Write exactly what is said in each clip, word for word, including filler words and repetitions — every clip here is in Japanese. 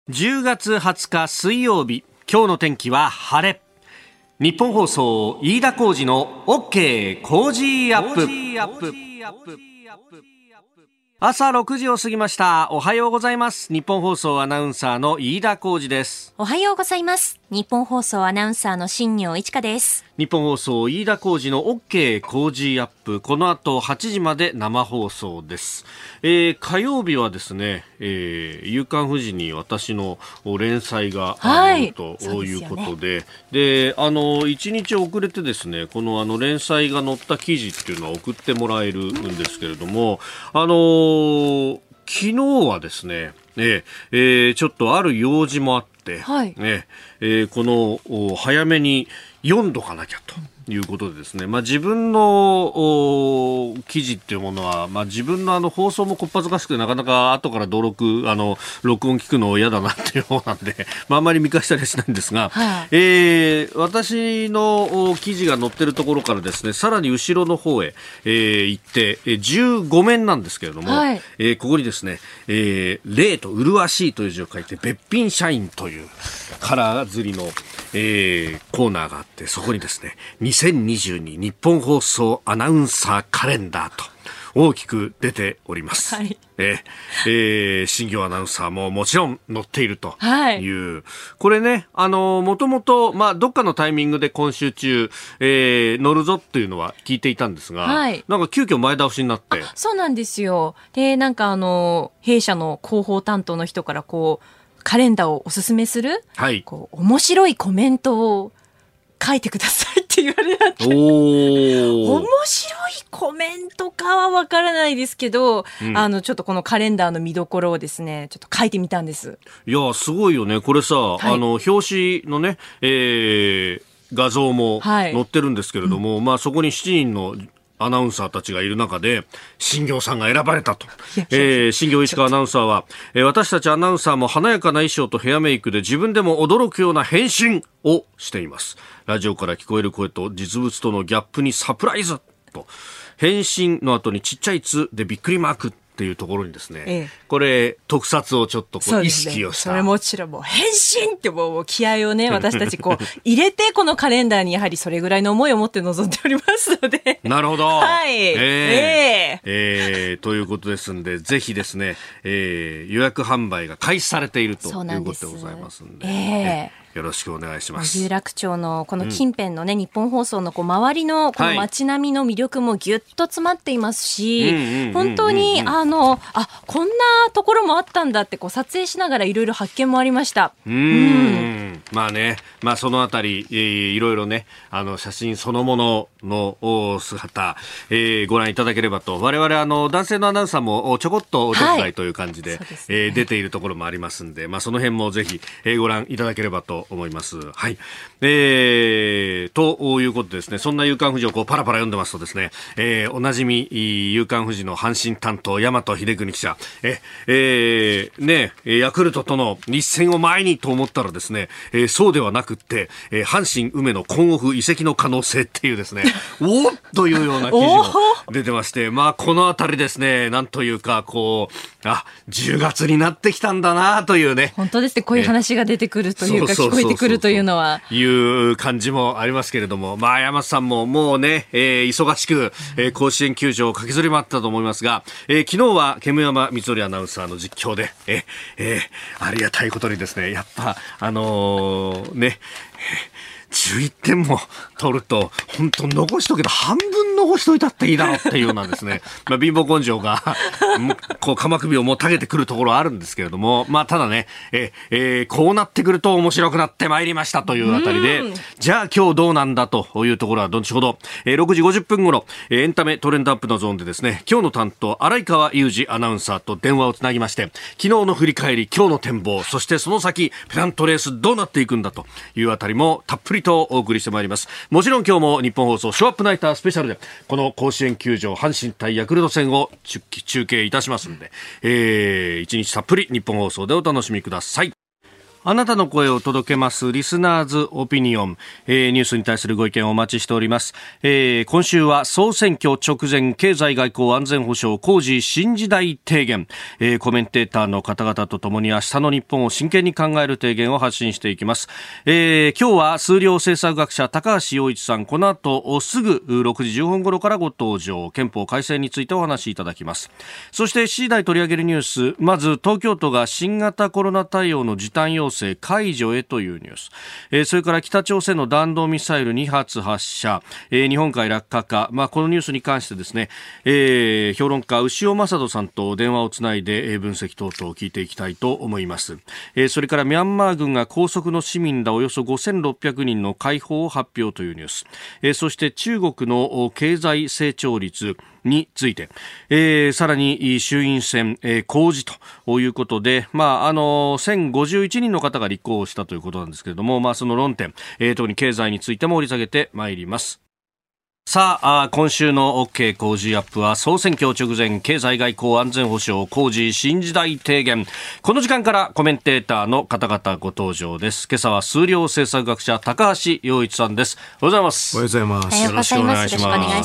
じゅうがつはつか水曜日、今日の天気は晴れ。日本放送飯田浩司の OK 工事アップ。朝ろくじを過ぎました。おはようございます。日本放送アナウンサーの飯田浩司です。 おはようございます。日本放送アナウンサーの新業一華です。 日本放送飯田浩司の OK 工事アップ、この後はちじまで生放送です。えー、火曜日はですね、えー、夕刊フジに私の連載があるということで、で、あのいちにち遅れてですね、このあの連載が載った記事っていうのは送ってもらえるんですけれども、あの昨日はですね、えーえー、ちょっとある用事もあって、 はいねえー、この早めに読んどかなきゃということでですね、まあ、自分の記事っていうものは、まあ、自分のあの放送もこっぱずかしくてなかなか後から登録あの録音聞くの嫌だなっていう方なんで、まあ、あんまり見返したりはしないんですが、はい、えー、私の記事が載ってるところからですね、さらに後ろの方へ、えー、行ってじゅうごめんなんですけれども、はい、えー、ここにですね、えー、麗と麗しいという字を書いてべっぴん社員というカラー刷りの、えー、コーナーがあって、そこにですね、にせんにじゅうに日本放送アナウンサーカレンダーと大きく出ております。はい、えーえー、新業アナウンサーももちろん載っているという、はい、これね、あのもともと、まあ、どっかのタイミングで今週中、えー、載るぞっていうのは聞いていたんですが、はい、なんか急遽前倒しになって。 そうなんですよ。で、なんかあの弊社の広報担当の人からこうカレンダーをおすすめする、はい、こう面白いコメントを書いてくださいって言われたって、面白いコメントかはわからないですけど、うん、あのちょっとこのカレンダーの見どころをですね、ちょっと書いてみたんです。 いやすごいよねこれさ、はい、あの表紙のね、えー、画像も載ってるんですけれども、はい、うん、まあ、そこにしちにんのアナウンサーたちがいる中で新業さんが選ばれたと。えー、新業石川アナウンサーは、えー、私たちアナウンサーも華やかな衣装とヘアメイクで自分でも驚くような変身をしています。ラジオから聞こえる声と実物とのギャップにサプライズと、変身の後にちっちゃいつでびっくりマークっていうところにですね、ええ、これ特撮をちょっとこう意識をした、 それもちろんもう変身ってもう気合をね私たちこう入れてこのカレンダーにやはりそれぐらいの思いを持って臨んでおりますので。 なるほど、 はい、えーえーえー、ということですんで、ぜひですね、えー、予約販売が開始されているということでございますんで、えーよろしくお願いします。 有楽町のこの近辺のね、うん、日本放送のこう周りのこの街並みの魅力もぎゅっと詰まっていますし、本当にあのあこんなところもあったんだってこう撮影しながらいろいろ発見もありました。 うーん、うん、まあね、まあ、そのあたり、えー、いろいろね、あの写真そのものの姿、えー、ご覧いただければと。我々あの男性のアナウンサーもちょこっとお手伝いという感じで、はい、でね、えー、出ているところもありますんで、まあ、その辺もぜひ、えー、ご覧いただければと思います。はい。えー、ということでですね、そんな夕刊フジをこうパラパラ読んでますとですね、えー、おなじみ夕刊フジの阪神担当大和秀邦記者、え、えー、ね、ヤクルトとの一戦を前にと思ったらですね、えー、そうではなくって、えー、阪神梅野コンオフ移籍の可能性っていうですね、おっというような記事も出てまして、まあこのあたりですね、なんというかこう、あ、じゅうがつになってきたんだなというね。 本当ですね、こういう話が出てくるというか、聞こえてくるというのはいう感じもありますけれども、まあ山さんももうね、えー、忙しく、えー、甲子園球場を駆けずり回ったと思いますが、えー、昨日は煙山光則アナウンサーの実況で、えーえー、ありがたいことにですね、やっぱあのー、ね、じゅういってんも取ると本当残しとけど半分残しといたっていいだろうっていうようなですね、まあ、貧乏根性がこう鎌首をもうたげてくるところはあるんですけれども、まあ、ただね、ええー、こうなってくると面白くなってまいりましたというあたりで、じゃあ今日どうなんだというところは後ほど、えー、ろくじごじゅっぷん頃、えー、エンタメトレンドアップのゾーンでですね、今日の担当荒川裕二アナウンサーと電話をつなぎまして、昨日の振り返り、今日の展望、そしてその先ペナントレースどうなっていくんだというあたりもたっぷりとお送りしてまいります。もちろん今日も日本放送ショーアップナイタースペシャルでこの甲子園球場阪神対ヤクルト戦を中継いたしますので、えー、一日たっぷり日本放送でお楽しみください。 あなたの声を届けますリスナーズオピニオン、えー、ニュースに対するご意見をお待ちしております、えー、今週は総選挙直前経済外交安全保障公示新時代提言、えー、コメンテーターの方々とともに明日の日本を真剣に考える提言を発信していきます、えー、今日は数量政策学者高橋洋一さん、この後すぐろくじじゅっぷん頃からご登場、憲法改正についてお話しいただきます。そしてしちじ台取り上げるニュース、まず東京都が新型コロナ対応の時短要請解除へというニュース、えー、それから北朝鮮の弾道ミサイルに発発射、えー、日本海落下か、まあ、このニュースに関してですね、えー、評論家牛尾正人さんと電話をつないで、えー、分析等々を聞いていきたいと思います、えー、それからミャンマー軍が拘束の市民らおよそごせんろっぴゃくにんの解放を発表というニュース、えー、そして中国の経済成長率について、えー、さらに衆院選、えー、公示ということで、まあ、あのせんごじゅういちにんの方が立候補したということなんですけれども、まあ、その論点、えー、特に経済についても掘り下げてまいります。さあ、今週の OK 工事アップは総選挙直前経済外交安全保障工事新時代提言。この時間からコメンテーターの方々ご登場です。今朝は数量政策学者高橋洋一さんです。おはようございます。 おはようございます。 よろしくお願いします。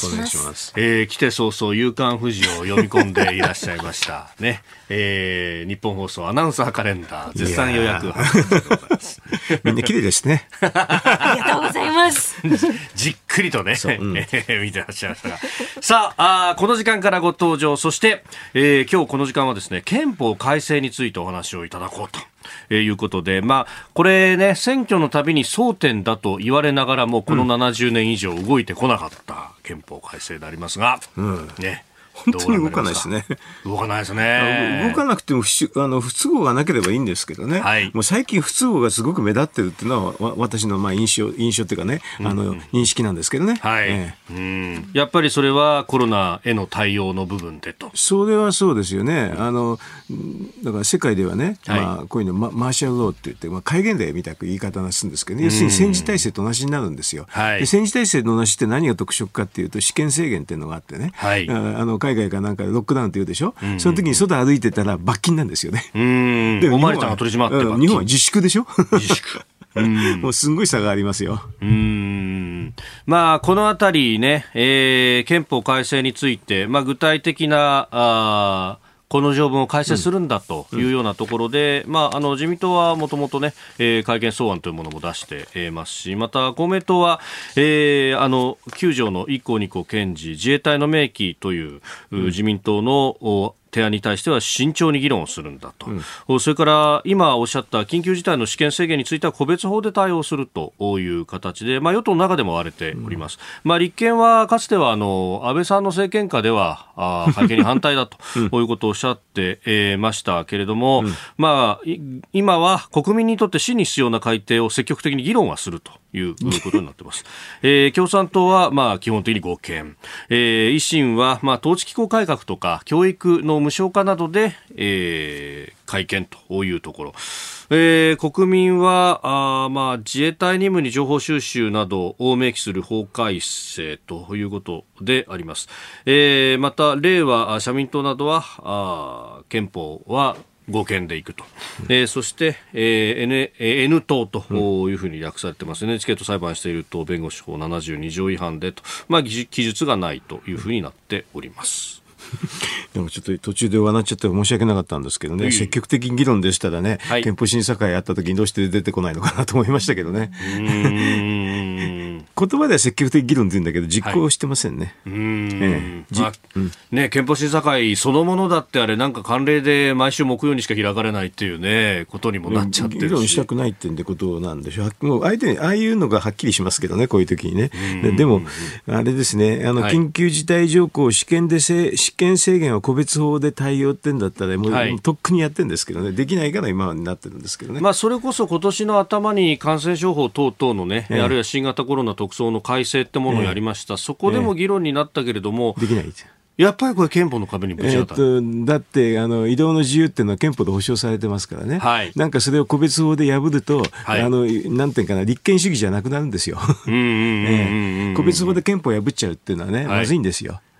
えー、来て早々夕刊富士を読み込んでいらっしゃいましたね。えー、日本放送アナウンサーカレンダー絶賛予約みんな綺麗ですね。 ありがとうございます。 じっくりとね、うん、えー、見てらっしゃいましたが、さあ、あこの時間からご登場、そして、えー、今日この時間はですね、憲法改正についてお話をいただこうと。えー、いうことで、まあ、これね、選挙のたびに争点だと言われながらもこのななじゅうねん以上動いてこなかった憲法改正でありますが、うん、ね、 本当に動かないですね。 動かないですね。 動かなくても不あの不都合がなければいいんですけどね、はい、もう最近不都合がすごく目立ってるっていうのは私のまあ印象印象っていうかね、あの、うん、認識なんですけどね、 はい、ええ、うん、やっぱりそれはコロナへの対応の部分でと。 それはそうですよね。あのだから世界ではね、はい、まあ、こういうのママーシャルローって言って、まあ、戒厳令みたいな言い方をするんですけど、ね、要するに戦時体制と同じになるんですよ、はい、で戦時体制と同じって何が特色かっていうと私権制限っていうのがあってね、はい、あの海外かなんかでロックダウンって言うでしょ、うんうん、その時に外歩いてたら罰金なんですよね。 うーん、でも日本はおまわりさんが取り締まって罰金、 日本は自粛でしょ。 自粛うんもうすんごい差がありますよ。 うーん、まあ、このあたりね、えー、憲法改正について、まあ、具体的なあこの条文を改正するんだというようなところで、うん、まあ、あの自民党はもともとね、えー、改憲草案というものも出していますし、また公明党は、えー、あのきゅう条のいっ項に項検事自衛隊の明記という、うん、自民党の提案に対しては慎重に議論をするんだと、うん、それから今おっしゃった緊急事態の私権制限については個別法で対応するという形で、まあ、与党の中でも割れております、うん、まあ、立憲はかつてはあの安倍さんの政権下ではあ改憲に反対だとこういうことをおっしゃって、えー、ましたけれども、うん、まあ、今は国民にとって真に必要な改定を積極的に議論はするということになっています、えー、共産党はまあ基本的に合憲、えー、維新はまあ統治機構改革とか教育の無償化などで、えー、改憲というところ、えー、国民はあ、まあ、自衛隊任務に情報収集などを明記する法改正ということであります、えー、またれいわ社民党などはあ憲法は合憲でいくと、うん、えー、そして、えー N, N 党というふうに略されてます、うん、エヌエイチケー と裁判している党弁護士法ななじゅうに条違反でと、まあ、記述がないというふうになっております。 でもちょっと途中で笑っちゃって申し訳なかったんですけどね、うん、積極的議論でしたらね、はい、憲法審査会やった時にどうして出てこないのかなと思いましたけどね。うーん言葉では積極的議論って言うんだけど実行してませんね、はい、うーん、 ええまあうんね、憲法審査会そのものだってあれなんか慣例で毎週木曜にしか開かれないっていうねことにもなっちゃってるし、 議論したくないってんでことなんでしょう。もう相手にああいうのがはっきりしますけどね、こういう時にね。で, でもあれですね、あの緊急事態条項試験でせ試験制限を個別法で対応ってんだったらもう、はい、とっくにやってるんですけどね、できないから今になってるんですけどね。 まあ、それこそ今年の頭に感染症法等々のね、ええ、あるいは新型コロナ特措の改正ってものをやりました、ええ、そこでも議論になったけれども、 ええ、できないやっぱりこれ憲法の壁にぶち当たる、 えー、とだってあの移動の自由っていうのは憲法で保障されてますからね、はい、なんかそれを個別法で破ると、はい、あのなんていうかな立憲主義じゃなくなるんですよ。個別法で憲法を破っちゃうっていうのはね、はい、まずいんですよ。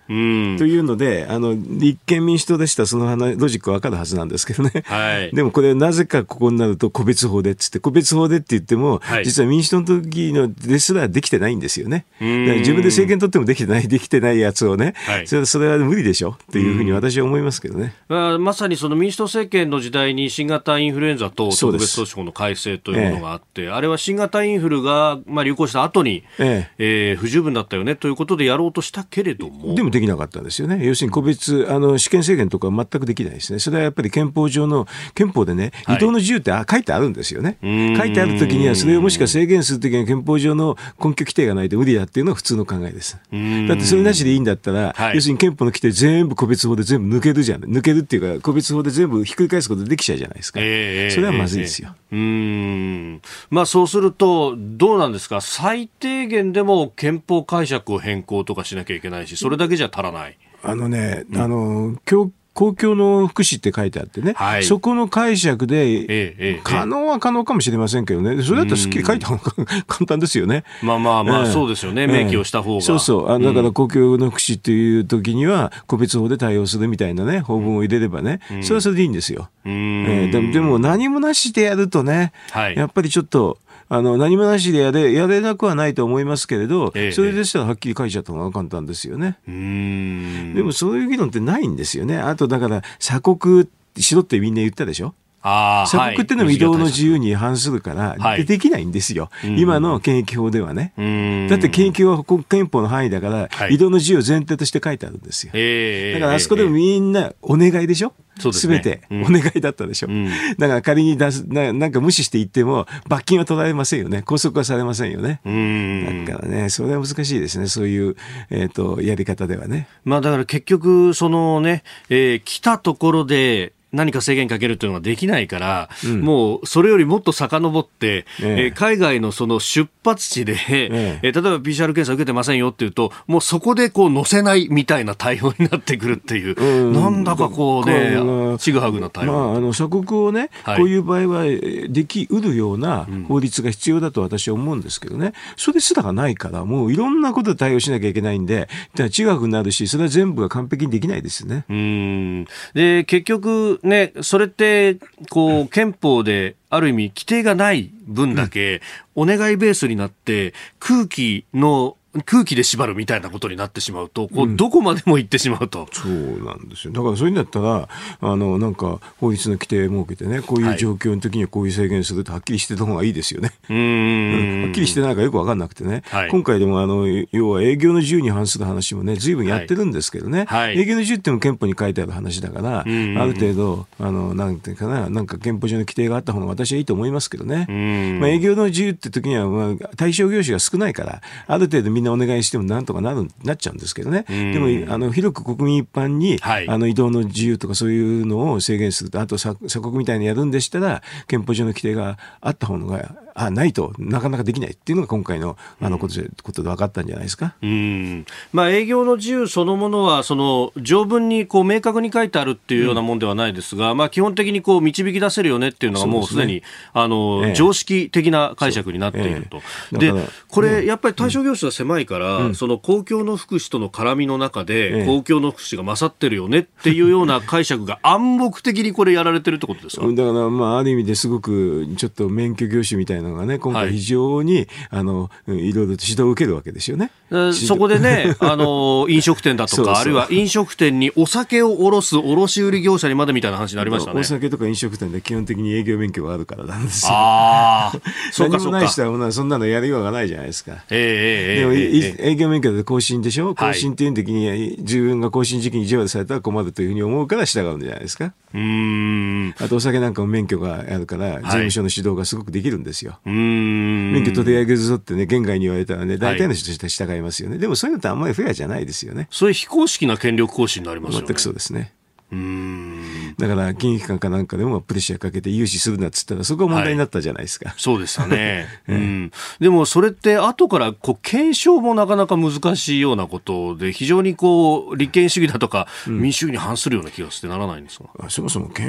うん、というのであの立憲民主党でしたらそのロジックわかるはずなんですけどね、はい、でもこれなぜかここになると個別法でっつって個別法でって言っても、はい、実は民主党の時のですらできてないんですよね。だから自分で政権取ってもできてないできてないやつをね、はい、それそれは無理でしょっていうふうに私は思いますけどね。 まあ、まさにその民主党政権の時代に新型インフルエンザ等特別措置法の改正というものがあって、ええ、あれは新型インフルが、まあ、流行した後に、えええー、不十分だったよねということでやろうとしたけれどもでもできなかったんですよね。要するに個別あの私権制限とか全くできないですね。それはやっぱり憲法上の憲法でね移動の自由って書いてあるんですよね。書いてあるときにはそれをもしか制限するときには憲法上の根拠規定がないと無理だっていうのが普通の考えです。だってそれなしでいいんだったら、はい、要するに憲法の規定全部個別法で全部抜けるじゃん。抜けるっていうか個別法で全部ひっくり返すことできちゃうじゃないですか、えー、それはまずいですよ、 えーえー、うーん、まあ、そうするとどうなんですか。最低限でも憲法解釈を変更とかしなきゃいけないしそれだけじゃ足らない。 あのね、うん、あの今日公共の福祉って書いてあってね、はい、そこの解釈で、ええ、可能は可能かもしれませんけどね、それだったらすっきり書いた方が簡単ですよね。 まあまあまあ、ええ、そうですよね、明記をした方が、ええ、 そうそう、あのだから公共の福祉っていう時には個別法で対応するみたいなね法文を入れればね、うん、それはそれでいいんですよ。うん、ええ、でも、でも何もなしでやるとね、はい、やっぱりちょっとあの何もなしでやれ、やれなくはないと思いますけれど、ええ、それでしたらはっきり書いちゃった方が簡単ですよね。うーん、でもそういう議論ってないんですよね。あとだから鎖国しろってみんな言ったでしょ。あ鎖国っていうのは移動の自由に反するから、はい、できないんですよ、うん、今の検疫法ではね。だって検疫は憲法の範囲だから、はい、移動の自由を前提として書いてあるんですよ、えー、だからあそこでもみんなお願いでしょ。すべてお願いだったでしょ、うん、だから仮に出す な, なんか無視して言っても罰金は取られませんよね。拘束はされませんよね。うんだからねそれは難しいですねそういう、えー、とやり方ではね。 まあ、だから結局そのね、えー、来たところで何か制限かけるというのができないから、うん、もうそれよりもっと遡って、えええー、海外のその出発地で、えええー、例えば ピーシーアール 検査受けてませんよっていうともうそこでこう載せないみたいな対応になってくるっていう、うん、なんだかこうねちぐはぐな対応、 まあ、あの鎖国をね、はい、こういう場合はできうるような法律が必要だと私は思うんですけどね、うん、それすらがないからもういろんなことで対応しなきゃいけないんでちぐはぐになるしそれは全部が完璧にできないですね。 うんで結局ね、それってこう憲法である意味規定がない分だけお願いベースになって空気の空気で縛るみたいなことになってしまうとこうどこまでも行ってしまうと、うん、 そうなんですよ。だからそういうんだったらあのなんか法律の規定を設けてねこういう状況の時にはこういう制限するとはっきりしてた方がいいですよね。うーんはっきりしてないかよく分かんなくてね、はい、今回でもあの要は営業の自由に反する話もね随分やってるんですけどね、はいはい、営業の自由っても憲法に書いてある話だからある程度あのなんていうかななんか憲法上の規定があった方が私はいいと思いますけどね。まあ、営業の自由って時にはまあ対象業種が少ないからある程度みんなお願いしてもなんとかなるなっちゃうんですけどね。でもあの広く国民一般に、はい、あの移動の自由とかそういうのを制限するとあと鎖国みたいにやるんでしたら憲法上の規定があった方があないとなかなかできないっていうのが今回のあのことで、うん、ことで分かったんじゃないですか。 うん、まあ、営業の自由そのものはその条文にこう明確に書いてあるっていうようなもんではないですが、うん、まあ、基本的にこう導き出せるよねっていうのがもうすでに、ね、あの、ええ、常識的な解釈になっていると、ええ、でこれ、うん、やっぱり対象業種が狭いから、うん、その公共の福祉との絡みの中で、ええ、公共の福祉が勝ってるよねっていうような解釈が暗黙的にこれやられてるってことですか。 だから、まあ、ある意味ですごくちょっと免許業種みたいなのがね今回非常に、はい、あのいろいろと指導を受けるわけですよね。 そこでねあの飲食店だとかそうそうあるいは飲食店にお酒を卸す卸売業者にまでみたいな話になりましたね。 お酒とか飲食店で基本的に営業免許があるからなんですよ。あそうかそうか何もない人はそんなのやりようがないじゃないですか。えー、でも、えー、営業免許で更新でしょ。更新っていう時に、はい、自分が更新時期に意地悪されたら困るというふうに思うから従うんじゃないですか。うーんあとお酒なんかも免許があるから事務所の指導がすごくできるんですよ。はい、うーん免許取り上げるぞってね限界に言われたらね大体の人として従いますよね。はい、でもそういうのってあんまりフェアじゃないですよね。 そういう非公式な権力行使になりますよね。 全くそうですね。うーんだから金融機関かなんかでもプレッシャーかけて融資するなっつったらそこが問題になったじゃないですか。はい、そうでしたね、うん、 でもそれって後からこう検証もなかなか難しいようなことで非常にこう立憲主義だとか民主主義に反するような気がしてならないんですか。 うん、そもそも憲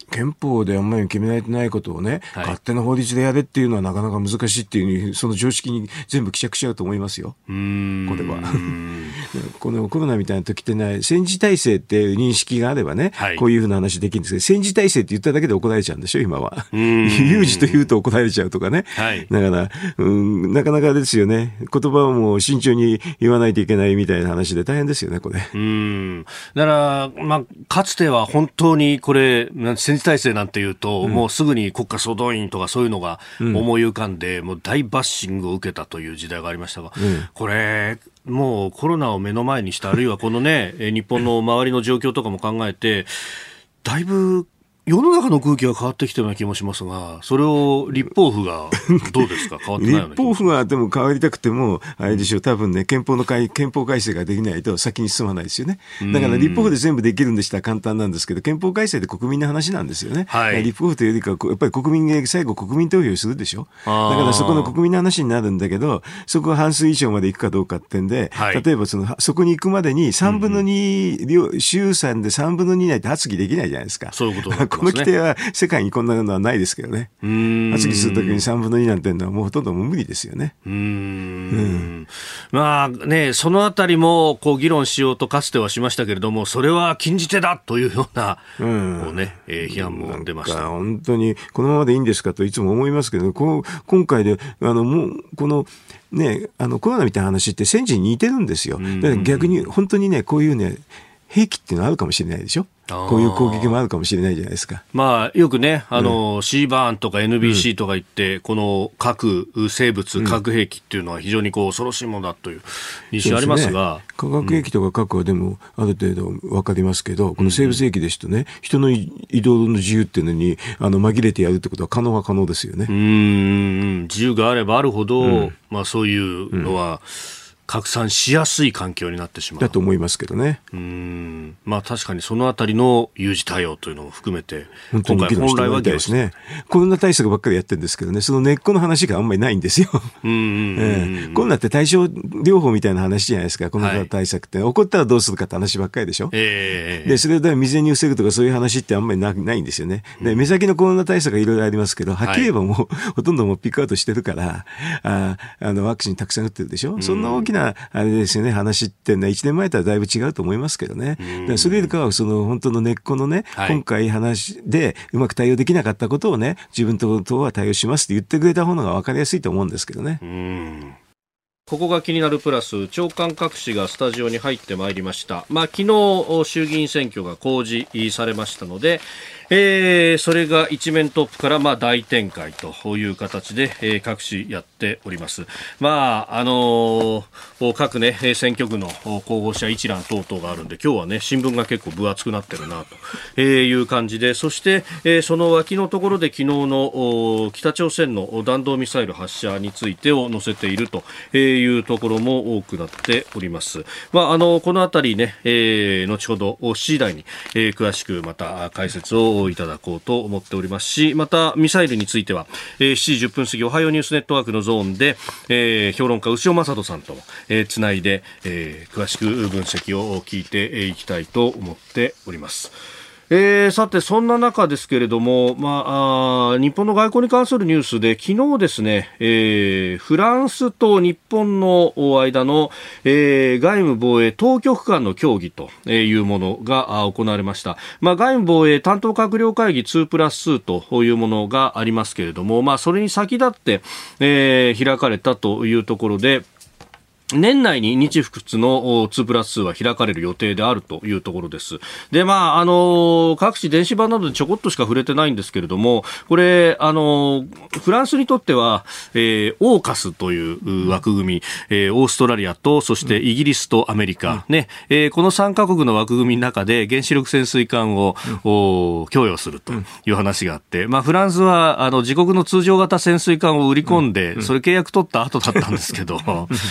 憲法であんまり決められてないことをね、はい、勝手な法律でやれっていうのはなかなか難しいっていう、その常識に全部帰着しちゃうと思いますよ。うーんこれはこのコロナみたいな時ってね、戦時体制っていう認識があればね、はい、こういうふうな話できるんですけど、戦時体制って言っただけで怒られちゃうんでしょ今は。有事と言うと怒られちゃうとかね、はい、だからうんなかなかですよね。言葉をもう慎重に言わないといけないみたいな話で大変ですよねこれ。 うんだから、まあ、かつては本当にこれ戦時体制なんていうと、うん、もうすぐに国家総動員とかそういうのが思い浮かんで、うん、もう大バッシングを受けたという時代がありましたが、うん、これもうコロナを目の前にした、あるいはこのね日本の周りの状況とかも考えて、だいぶ世の中の空気が変わってきたような気もしますが、それを立法府がどうですか変わってないような気もします。 立法府がでも変わりたくてもあれでしょう、多分ね憲法の改憲法改正ができないと先に進まないですよね。だから立法府で全部できるんでしたら簡単なんですけど、憲法改正で国民の話なんですよね、はい、立法府というよりかやっぱり国民が最後国民投票するでしょ。だからそこの国民の話になるんだけど、そこが半数以上までいくかどうかってんで、はい、例えばそのそこに行くまでにさんぶんのに、うん、衆参でさんぶんのにないと発議できないじゃないですか。 そういうことになってますね。 この規定は世界にこんなのはないですけどね。うーん発議するときにさんぶんのになんていうのはもうほとんど無理ですよね。 うーん、うん、まあね、そのあたりもこう議論しようとかつてはしましたけれども、それは禁じ手だというような、うん、こうね、えー、批判も出ました。 本当にこのままでいいんですかといつも思いますけど、こう今回であのもうこのね、あのコロナみたいな話って戦時に似てるんですよ。だから逆に本当にね、こういうね兵器っていうのはあるかもしれないでしょ。こういう攻撃もあるかもしれないじゃないですか。 まあ、よくね、あの、うん、シーバーンとか エヌビーシー とか言って、うん、この核生物、核兵器っていうのは非常にこう恐ろしいものだという認識ありますが、 ね、化学兵器とか核はでもある程度分かりますけど、うん、この生物兵器ですとね、人の移動の自由っていうのにあの紛れてやるってことは可能は可能ですよね。 うーん自由があればあるほど、うん、まあそういうのは、うん拡散しやすい環境になってしまうだと思いますけどね。 うーんまあ確かにそのあたりの有事対応というのも含めて本当に議論してもらいたいですね。コロナ対策ばっかりやってるんですけどね、その根っこの話があんまりないんですよ。うんうんうんうんえー、コロナって対症療法みたいな話じゃないですか。コロナ対策って、はい、起こったらどうするかって話ばっかりでしょ、えー、でそれで未然に防ぐとかそういう話ってあんまり な, ないんですよね。で目先のコロナ対策がいろいろありますけど、はっきり言えばもう、はい、ほとんどもうピックアウトしてるからああのワクチンたくさん打ってるでしょ、うん、そんな大きなあれですよね、話ってね、いちねんまえとはだいぶ違うと思いますけどね。でそれよりかはその本当の根っこのね、はい、今回話でうまく対応できなかったことをね、自分ととは対応しますって言ってくれた方が分かりやすいと思うんですけどね。うんここが気になるプラス、長官各紙がスタジオに入ってまいりました。まあ、昨日衆議院選挙が公示されましたので、えー、それが一面トップからまあ大展開という形で、えー、各紙やっております。まああのー、各ね選挙区の候補者一覧等々があるんで、今日はね新聞が結構分厚くなってるなという感じで、そして、えー、その脇のところで昨日の北朝鮮の弾道ミサイル発射についてを載せているというところも多くなっております。まああのこのあたりね、えー、後ほどしちじ台に、えー、詳しくまた解説をいただこうと思っておりますし、またミサイルについては、えー、しちじじゅっぷん過ぎおはようニュースネットワークのゾーンで、えー、評論家牛尾正人さんとも、えー、つないで、えー、詳しく分析を聞いていきたいと思っております。えー、さてそんな中ですけれども、まあ、あ日本の外交に関するニュースで昨日ですね、えー、フランスと日本の間の、えー、外務防衛当局間の協議というものが行われました。まあ、外務防衛担当閣僚会議にプラスにというものがありますけれども、まあ、それに先立って、えー、開かれたというところで、年内に日仏のにプラスには開かれる予定であるというところです。で、まあ、あの、各紙電子版などでちょこっとしか触れてないんですけれども、これ、あの、フランスにとっては、えー、オーカスという枠組み、えー、オーストラリアと、そしてイギリスとアメリカ、うん、ね、えー、このさんカ国の枠組みの中で原子力潜水艦を、うん、供与するという話があって、まあ、フランスは、あの、自国の通常型潜水艦を売り込んで、うん、それ契約取った後だったんですけど、これ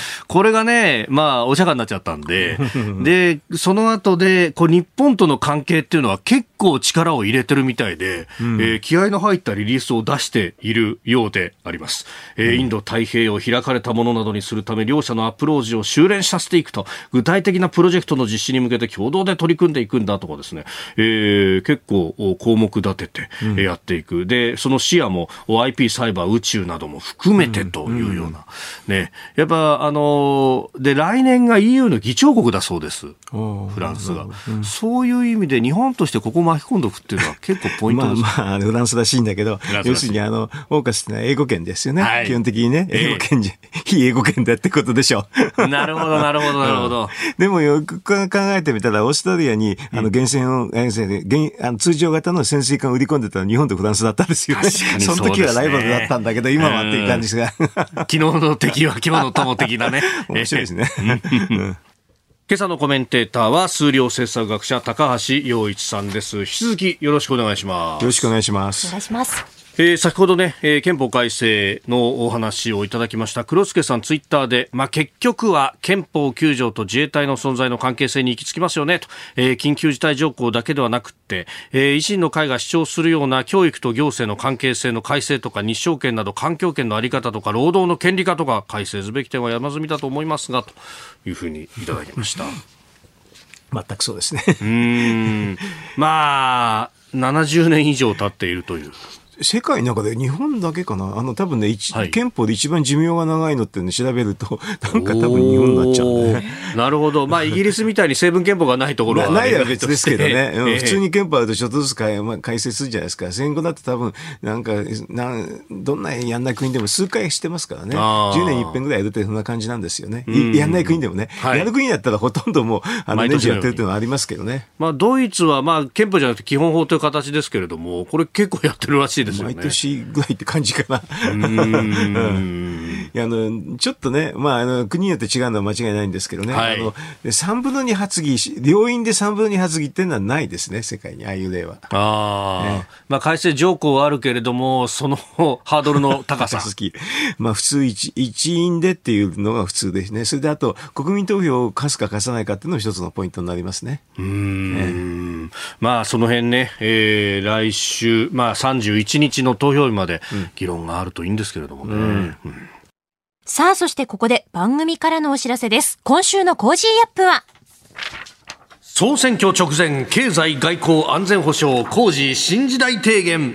れがね、まあ、お釈迦になっちゃったんで、で、その後で、こう、日本との関係っていうのは結構力を入れてるみたいで、うん、えー、気合の入ったリリースを出しているようであります。えー、インド太平洋を開かれたものなどにするため、両者のアプローチを修練させていくと、具体的なプロジェクトの実施に向けて共同で取り組んでいくんだとかですね、えー、結構項目立ててやっていく。うん、で、その視野も アイピー サイバー、宇宙なども含めてというような、うん、ね、やっぱあので来年が イーユー の議長国だそうです。フランスが、うん、そういう意味で日本としてここ巻き込んでおくっていうのは結構ポイントです。 まあまあフランスらしいんだけど、要するにあのオーカスってのは英語圏ですよね。はい、基本的にね、英語圏じゃ、えー、非英語圏だってことでしょう。 なるほどなるほどなるほど。 でもよく考えてみたらオーストラリアにあの原潜を、原潜原あの通常型の潜水艦を売り込んでたのは日本とフランスだったんですよね。 確かにそ, そうですね。 その時はライバルだったんだけど今はっていう感じですが。 昨日の敵は今日の友的なね。 面白いですね。 今朝のコメンテーターは数量政策学者高橋洋一さんです。引き続きよろしくお願いします。 よろしくお願いします。 お願いします。 えー、先ほどね、えー、憲法改正のお話をいただきました黒助さんツイッターで、まあ、結局は憲法きゅう条と自衛隊の存在の関係性に行き着きますよねと、えー、緊急事態条項だけではなくって、えー、維新の会が主張するような教育と行政の関係性の改正とか日照権など環境権の在り方とか労働の権利化とか改正すべき点は山積みだと思いますがというふうにいただきました全くそうですね。 うーん、まあななじゅうねん以上経っているという世界の中で日本だけかな、あの多分ね、はい、憲法で一番寿命が長いのっていうのを調べるとなんか多分日本になっちゃうんだね。 なるほど。まあイギリスみたいに成分憲法がないところはないは別ですけどね、 えー、 普通に憲法あるとちょっとずつ改、まあ、改正するじゃないですか。戦後だって多分なんかなんどんなやんない国でも数回してますからね。じゅうねんに一遍ぐらいやるってそんな感じなんですよね。やんない国でもね、はい、やる国だったらほとんどもうあの年中やってるっていうのはありますけどね。 まあドイツはまあ憲法じゃなくて基本法という形ですけれども、これ結構やってるらしいですよね。 毎年ぐらいって感じかな。うーんいやあのちょっとね、まあ、あの国によって違うのは間違いないんですけどね、はい、あのさんぶんのに発議、両院でさんぶんのに発議っていうのはないですね、世界にああいう例は。 あ、ね、まあ、改正条項はあるけれどもそのハードルの高さまあ普通 一, 一院でっていうのが普通ですね。それであと国民投票を課すか課さないかっていうのも一つのポイントになりますね。 うーん、ね、まあその辺ね、えー、来週、まあ、さんじゅういちにちの投票日まで議論があるといいんですけれどもね、うんうん、 さあそしてここで番組からのお知らせです。今週のコージーアップは総選挙直前経済外交安全保障工事新時代提言。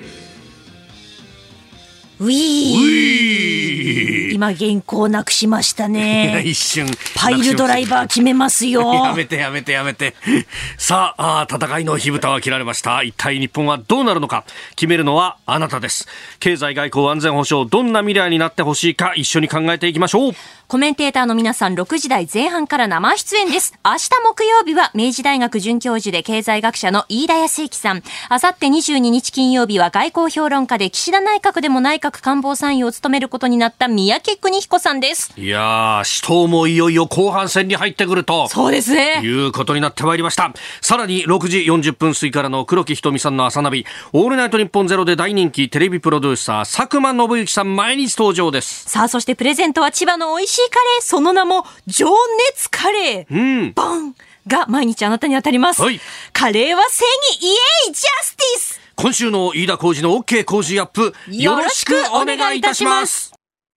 ウィー今原稿なくしましたね。 一瞬パイルドライバー決めますよ。 やめてやめてやめてさあ、あ戦いの火蓋は切られました。一体日本はどうなるのか決めるのはあなたです。経済外交安全保障どんな未来になってほしいか一緒に考えていきましょう。 コメンテーターの皆さんろくじ台前半から生出演です。明日木曜日は明治大学准教授で経済学者の飯田康之さん。あさってにじゅうににち金曜日は外交評論家で岸田内閣でも内閣官房参与を務めることになった三宅邦彦さんです。 いやー、死闘もいよいよ後半戦に入ってくるとそうですねいうことになってまいりました。さらにろくじよんじゅっぷん過ぎからの黒木瞳さんの朝ナビ、オールナイトニッポンゼロで大人気テレビプロデューサー佐久間信之さん毎日登場です。 さあそしてプレゼントは千葉の美味しいカレー、その名も情熱カレー、うん、ボンが毎日あなたに当たります、はい、カレーは正義イエイジャスティス。 今週の飯田浩司の OK 工事アップよろしくお願いいたします。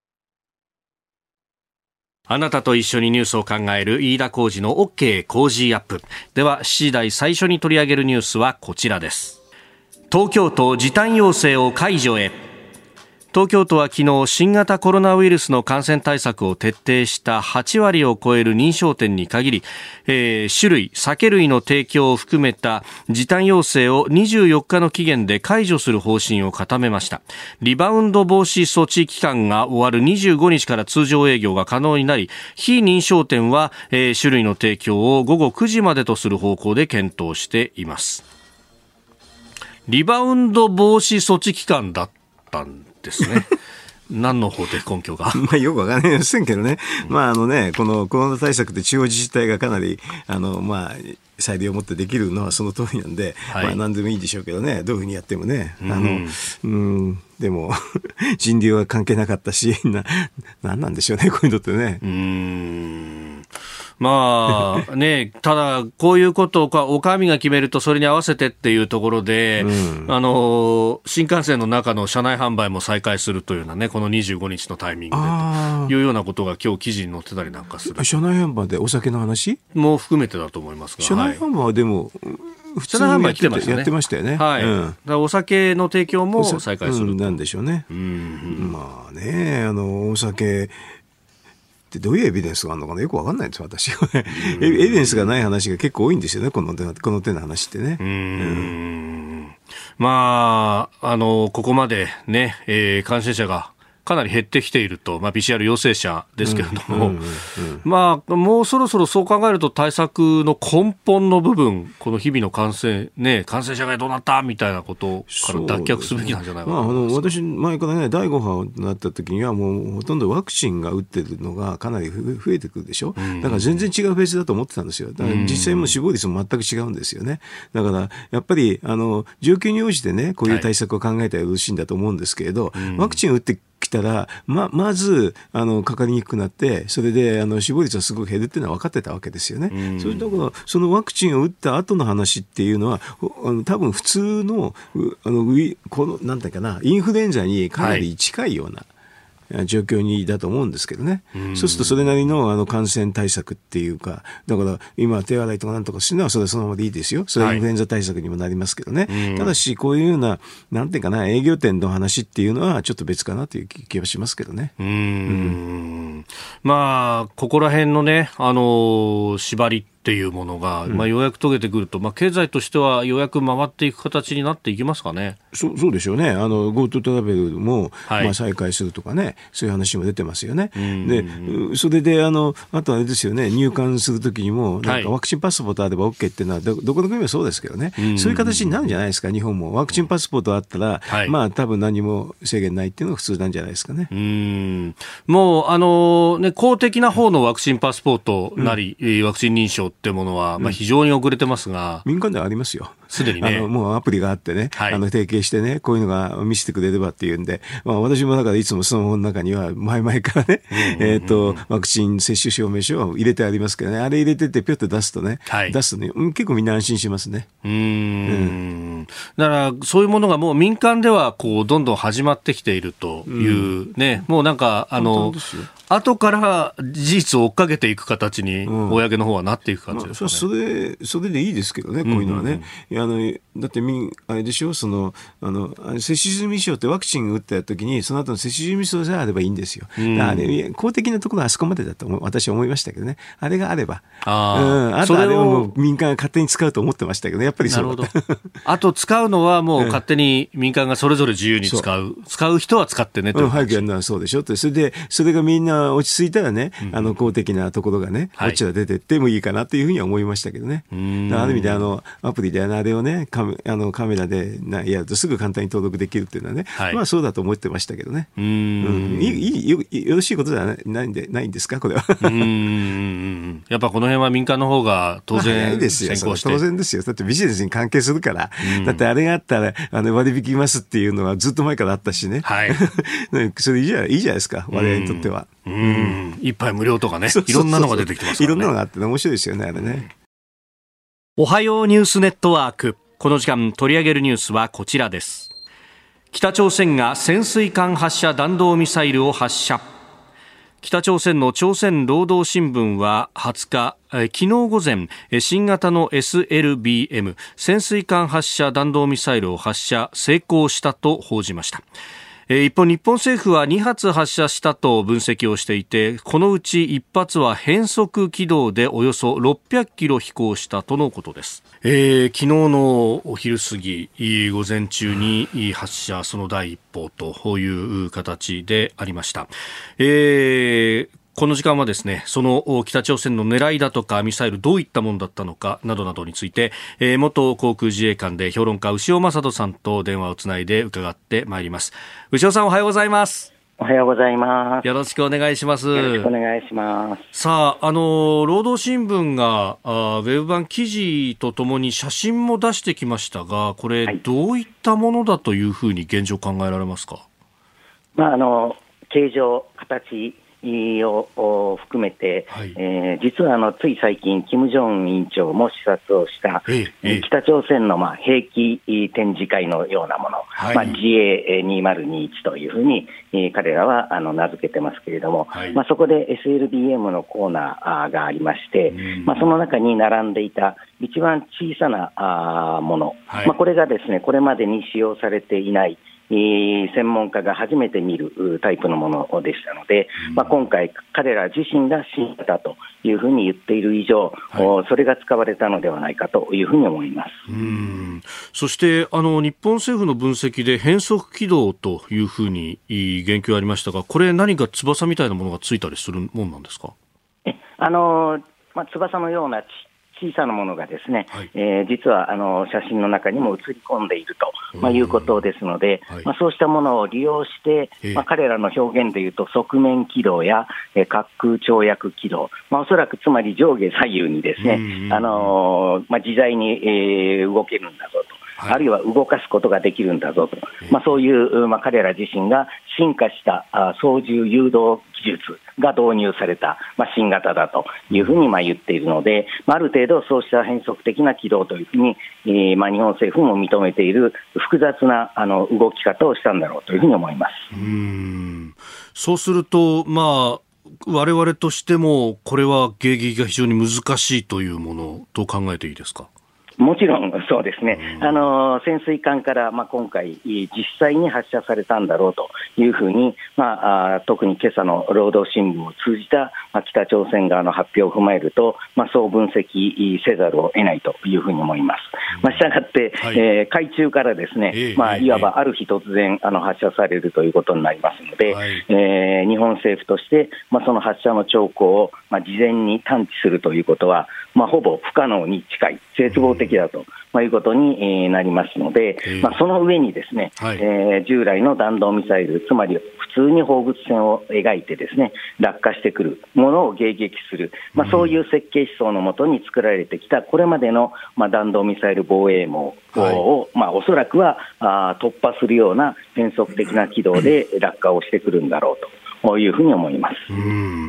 あなたと一緒にニュースを考える飯田浩司の OK 工事アップでは、しちじ台最初に取り上げるニュースはこちらです。東京都時短要請を解除へ。東京都は昨日新型コロナウイルスの感染対策を徹底したはちわりを超える認証店に限り、えー、酒類、酒類の提供を含めた時短要請をにじゅうよっかの期限で解除する方針を固めました。リバウンド防止措置期間が終わるにじゅうごにちから通常営業が可能になり、非認証店は、えー、酒類の提供を午後くじまでとする方向で検討しています。リバウンド防止措置期間だったんですね。 何の法的根拠がまあよくわかんないですけどね、うん、まああのね、このコロナ対策で地方自治体がかなりあのまあ裁量を持ってできるのはその通りなんで、はい、まあ何でもいいんでしょうけどね、どういうふうにやってもね、あの、うん、うんでも人流は関係なかったし、な何なんでしょうね、こういうのってね。 うーんまあね、ただこういうことをお上が決めるとそれに合わせてっていうところで、うん、あの新幹線の中の車内販売も再開するというようなね、このにじゅうごにちのタイミングでというようなことが今日記事に載ってたりなんかする。 車内販売でお酒の話も含めてだと思いますが、 車内販売はでも、はい、普通にやってましたね。やってましたよね。 はい。うん、だからお酒の提供も再開する、 うん、なんでしょうね。うん、まあね、あのお酒ってどういうエビデンスがあるのかな、よくわかんないんですよ、私はね。エビデンスがない話が結構多いんですよね、このこの手の話ってね。うん、うん、 まああのここまでね、えー、感染者がかなり減ってきていると、まあ、ピーシーアール 陽性者ですけれども、うんうんうんうん、まあ、もうそろそろそう考えると対策の根本の部分、この日々の感染、ね、感染者がどうなったみたいなことから脱却すべきなんじゃないかな、 まあ、あの私、前からね、だいご波になった時にはもうほとんどワクチンが打ってるのがかなり増えてくるでしょ、うん、だから全然違うフェーズだと思ってたんですよ。だから実際も死亡率も全く違うんですよね。だからやっぱりあの状況に応じてね、こういう対策を考えたらよろしいんだと思うんですけれど、はい、ワクチンを打って来たら ま, まずあのかかりにくくなって、それであの死亡率はすごく減るっていうのは分かってたわけですよね。うん、そういうところ、そのワクチンを打った後の話っていうのはあの多分普通のあのウこのなんていうかな、インフルエンザにかなり近いような、はい状況にだと思うんですけどね。うそうするとそれなりのあの感染対策っていうか、だから今手洗いとかなんとかするのはそれはそのままでいいですよ。それはインフルエンザ対策にもなりますけどね。はい、ただしこういうようななんていうかな、営業店の話っていうのはちょっと別かなという気がしますけどね。うーん、うん、 まあここら辺のね、あの縛りっていうものが、まあ、ようやく解けてくると、まあ、経済としてはようやく回っていく形になっていきますかね。 そ, そうでしょうね。あの GoTo トラベルも、はい、まあ、再開するとかね、そういう話も出てますよね。でそれで あ, のあとあれですよね、入館するときにもなんかワクチンパスポートあれば OK っていうのは ど, どこの国もそうですけどね、そういう形になるんじゃないですか。日本もワクチンパスポートあったら、はい、まあ多分何も制限ないっていうのが普通なんじゃないですかね。 うーんもうあの、ね、公的な方のワクチンパスポートなり、うん、ワクチン認証ってものは、まあ、非常に遅れてますが、 うん、民間ではありますよ。 すでにね、 あのもうアプリがあってね、はい、あの提携してね、こういうのが見せてくれればっていうんで、まあ、私もだからいつもスマホの中には前々からね、えっとワクチン接種証明書を入れてありますけどね、あれ入れててピョッと出すとね、はい、出すとね、結構みんな安心しますね。うーん、 うん、だからそういうものがもう民間ではこうどんどん始まってきているという、うん、ね、もうなんかあの後から事実を追っかけていく形に公の方はなっていく感じですかね。 まあ、それそれでいいですけどね、こういうのはね。うんうんうん、いやあのだってみあれでしょ、そのあの接種済み証ってワクチン打った時にその後の接種済み証さえあればいいんですよ。うん、あれ公的なところはあそこまでだと私は思いましたけどね。あれがあれば、あ、うん、あとあれはもう民間が勝手に使うと思ってましたけど、ね、やっぱりそうだった。 あと使うのはもう勝手に民間がそれぞれ自由に使う、うん、使う人は使ってねと、うん、 早くやるのはそうでしょって。それでそれがみんな落ち着いたらね、うん、あの公的なところがね、こっちは出てってもいいかなというふうには思いましたけどね。だからある意味であのアプリであれをね、カメ、あのカメラでやるとすぐ簡単に登録できるっていうのはね、はい、まあそうだと思ってましたけどね。うーん、うん、いいよ、よろしいことじゃないんでないんですか、これは。うーん、やっぱこの辺は民間の方が当然先行して、 当然ですよ。だってビジネスに関係するから、だってあれがあったらあの割引ますっていうのはずっと前からあったしね。はい、それいいじゃいいじゃないですか、我々にとっては。 うん、うん、一杯無料とかね、いろんなのが出てきてますからね。 いろんなのがあって面白いですよね、あれね。 おはようニュースネットワーク、この時間取り上げるニュースはこちらです。北朝鮮が潜水艦発射弾道ミサイルを発射。北朝鮮の朝鮮労働新聞ははつか、昨日午前、新型の エスエルビーエム 潜水艦発射弾道ミサイルを発射成功したと報じました。一方、日本政府はに発発射したと分析をしていて、このうちいち発は変則軌道でおよそろっぴゃくキロ飛行したとのことです。えー、昨日のお昼過ぎ、午前中に発射、その第一報という形でありました。えーこの時間はですね、その北朝鮮の狙いだとかミサイルどういったものだったのかなどなどについて、えー、元航空自衛官で評論家牛尾正人さんと電話をつないで伺ってまいります。牛尾さん、おはようございます。 おはようございます。 よろしくお願いします。 よろしくお願いします。 さあ、あの労働新聞があウェブ版記事とともに写真も出してきましたが、これ、はい、どういったものだというふうに現状考えられますか？ まあ、あの形状、形を含めて、はい、えー、実はあのつい最近金正恩委員長も視察をした、ええ、北朝鮮のまあ兵器展示会のようなもの、はい、まあ、ジーエーにせんにじゅういち というふうに、えー、彼らはあの名付けてますけれども、はい、まあ、そこで エスエルビーエム のコーナーがありまして、うん、まあ、その中に並んでいた一番小さなあもの、はい、まあ、これがですね、これまでに使用されていない専門家が初めて見るタイプのものでしたので、うん、まあ、今回彼ら自身が新型というふうに言っている以上、はい、それが使われたのではないかというふうに思います。 うん、そしてあの日本政府の分析で変則軌道というふうに言及ありましたが、これ何か翼みたいなものがついたりするものなんですか？ えあの、まあ、翼のような小さなものがですね、はい、えー、実はあの写真の中にも映り込んでいると、まあ、いうことですので、はい、まあ、そうしたものを利用して、まあ、彼らの表現でいうと側面軌道や、えー、滑空跳躍軌道、まあ、おそらくつまり上下左右にですね、あのーまあ、自在に、えー、動けるんだぞと。はい、あるいは動かすことができるんだぞと、まあ、そういう、まあ、彼ら自身が進化したあ操縦誘導技術が導入された、まあ、新型だというふうにまあ言っているので、まあ、ある程度そうした変則的な軌道というふうに、えーまあ、日本政府も認めている複雑なあの動き方をしたんだろうというふうに思います。 うーん、そうすると、まあ我々としてもこれは迎撃が非常に難しいというものと考えていいですか？ もちろんそうですね、あの潜水艦から、まあ、今回、実際に発射されたんだろうというふうに、まあ、あ特に今朝の労働新聞を通じた、まあ、北朝鮮側の発表を踏まえると、まあ、そう分析せざるを得ないというふうに思います。まあ、したがって、はい、えー、海中からですね、えーまあ、いわばある日突然あの発射されるということになりますので、はい、えー、日本政府として、まあ、その発射の兆候を、まあ、事前に探知するということは、まあ、ほぼ不可能に近い、絶望的だと、まあ、いうことになりますので、えーまあ、その上にですね、はい、えー、従来の弾道ミサイル、つまり普通に放物線を描いてですね、落下してくるものを迎撃する、まあ、そういう設計思想のもとに作られてきたこれまでの、まあ、弾道ミサイル防衛網を、はい、まあ、おそらくはあ突破するような変則的な軌道で落下をしてくるんだろうと。こういうふうに思います。 うん。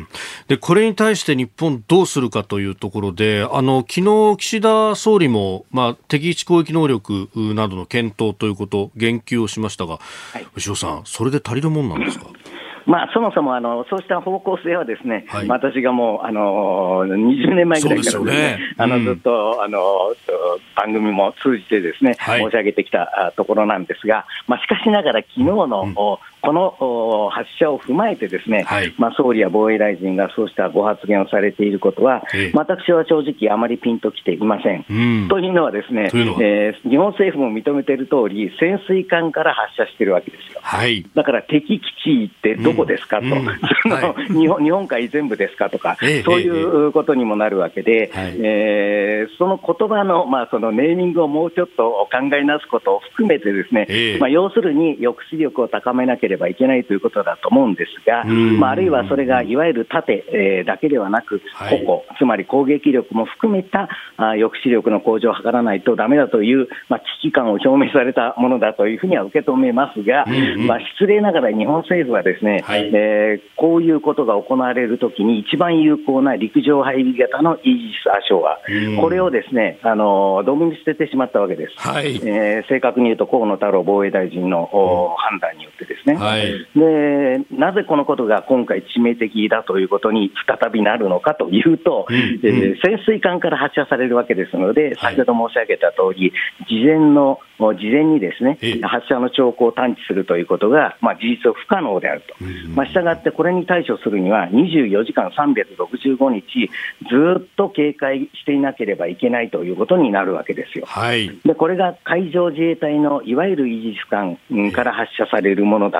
で、これに対して日本どうするかというところで、あの昨日岸田総理も、まあ、敵基地攻撃能力などの検討ということ言及をしましたが、はい、牛尾さん、それで足りるもんなんですか？ まあ、そもそもあのそうした方向性はですね、はい、私がもうあのにじゅうねんまえぐらいからですね、あのずっとあの番組も通じてですね、はい、申し上げてきたところなんですが、まあ、しかしながら昨日の、うん、この発射を踏まえてですね、はい、まあ、総理や防衛大臣がそうしたご発言をされていることは、えー、私は正直あまりピンときていません。うん、というのはですね、えー、日本政府も認めている通り潜水艦から発射しているわけですよ。はい、だから敵基地ってどこですかと、うんうん、その、はい、日本、日本海全部ですかとか、えー、そういうことにもなるわけで、えーえー、その言葉の、まあ、そのネーミングをもうちょっと考えなすことを含めてですね、えーまあ、要するに抑止力を高めなければいけないということだと思うんですが、まあ、あるいはそれがいわゆる盾、えー、だけではなく矛、つまり攻撃力も含めたあ抑止力の向上を図らないとダメだという、まあ、危機感を表明されたものだというふうには受け止めますが、うんうん、まあ、失礼ながら日本政府はですね、はい、えー、こういうことが行われるときに一番有効な陸上配備型のイージス・アショア、うん、これをですね、あのドブに捨ててしまったわけです。はい、えー、正確に言うと河野太郎防衛大臣の、うん、判断によってですね、はい、でなぜこのことが今回致命的だということに再びなるのかというと、うんうん、えー、潜水艦から発射されるわけですので、先ほど申し上げた通り、事前の事前にですね、発射の兆候を探知するということが、まあ、事実上不可能であると、うん、まあ、したがってこれに対処するにはにじゅうよじかんさんびゃくろくじゅうごにちずっと警戒していなければいけないということになるわけですよ。はい、でこれが海上自衛隊のいわゆるイージス艦から発射されるものだ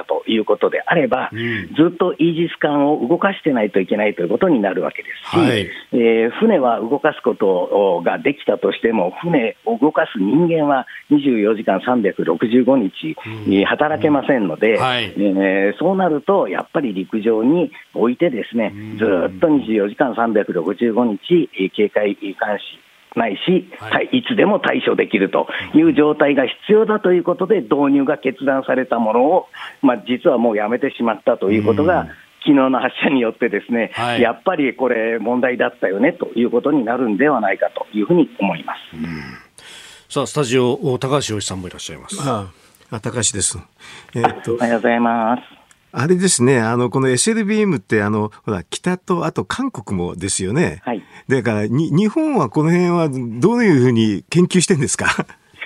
ということであれば、うん、ずっとイージス艦を動かしてないといけないということになるわけですし、はい、えー、船は動かすことができたとしても、船を動かす人間はにじゅうよじかんさんびゃくろくじゅうごにち、うん、働けませんので、うん、はい、えー、そうなるとやっぱり陸上に置いてですね、うん、ずっとにじゅうよじかんさんびゃくろくじゅうごにち警戒監視ないし、はい、いつでも対処できるという状態が必要だということで導入が決断されたものを、まあ、実はもうやめてしまったということが、うん、昨日の発射によってですね、はい、やっぱりこれ問題だったよねということになるんではないかというふうに思います。うん、 さあスタジオ高橋洋一さんもいらっしゃいます。 ああ、高橋です、 えー、っとおはようございます。 あれですね、あのこの エスエルビーエム ってあのほら北とあと韓国もですよね。はい、だからに日本はこの辺はどういうふうに研究してるんですか？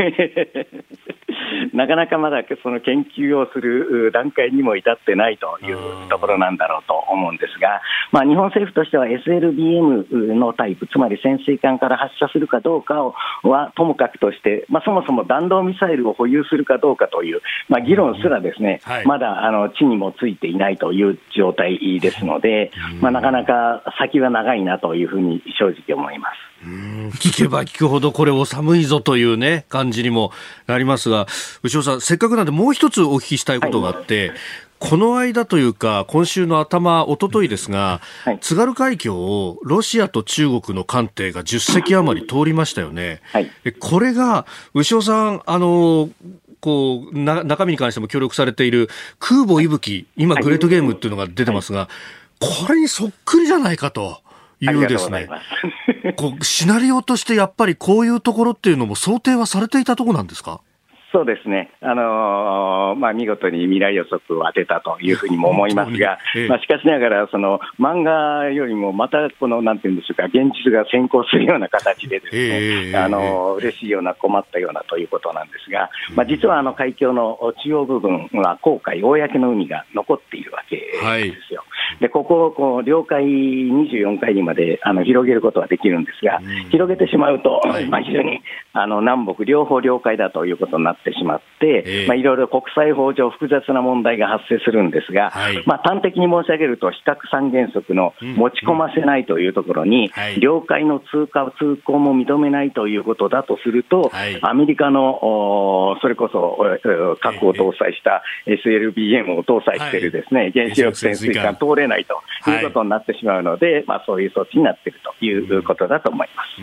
なかなかまだその研究をする段階にも至ってないというところなんだろうと思うんですが、まあ、日本政府としては エスエルビーエム のタイプ、つまり潜水艦から発射するかどうかをはともかくとして、まあ、そもそも弾道ミサイルを保有するかどうかという、まあ、議論すらですね、はい、まだあの地にもついていないという状態ですので、まあ、なかなか先は長いなというふうに正直思います。 うーん、聞けば聞くほどこれお寒いぞというね感じにもなりますが、牛尾さん、せっかくなんでもう一つお聞きしたいことがあって、はい、この間というか今週の頭一昨日ですが、はい、津軽海峡をロシアと中国の艦艇がじゅっせき余り通りましたよね。はい、これが牛尾さん、あのこうな中身に関しても協力されている空母いぶき、今グレートゲームっていうのが出てますが、これにそっくりじゃないかというですね、こうシナリオとしてやっぱりこういうところっていうのも想定はされていたところなんですか？ そうですね、あのーまあ、見事に未来予測を当てたというふうにも思いますが、ええ、まあ、しかしながらその漫画よりもまたこのなんていうんでしょうか、現実が先行するような形でですね、え、あのー、嬉しいような困ったようなということなんですが、まあ、実はあの海峡の中央部分は公海、公の海が残っているわけですよ。はい、でここをこう領海にじゅうよんかいにまであの広げることはできるんですが、うん、広げてしまうと、はい、まあ、非常にあの南北両方領海だということになってしまって、えーまあ、いろいろ国際法上複雑な問題が発生するんですが、はい、まあ、端的に申し上げると非核三原則の持ち込ませないというところに、うんうん、領海の通過通行も認めないということだとすると、はい、アメリカのそれこそ核を搭載した エスエルビーエム を搭載しているですね、はい、原子力潜水艦通れないということになってしまうので、はい、まあ、そういう措置になっているということだと思います。 うん、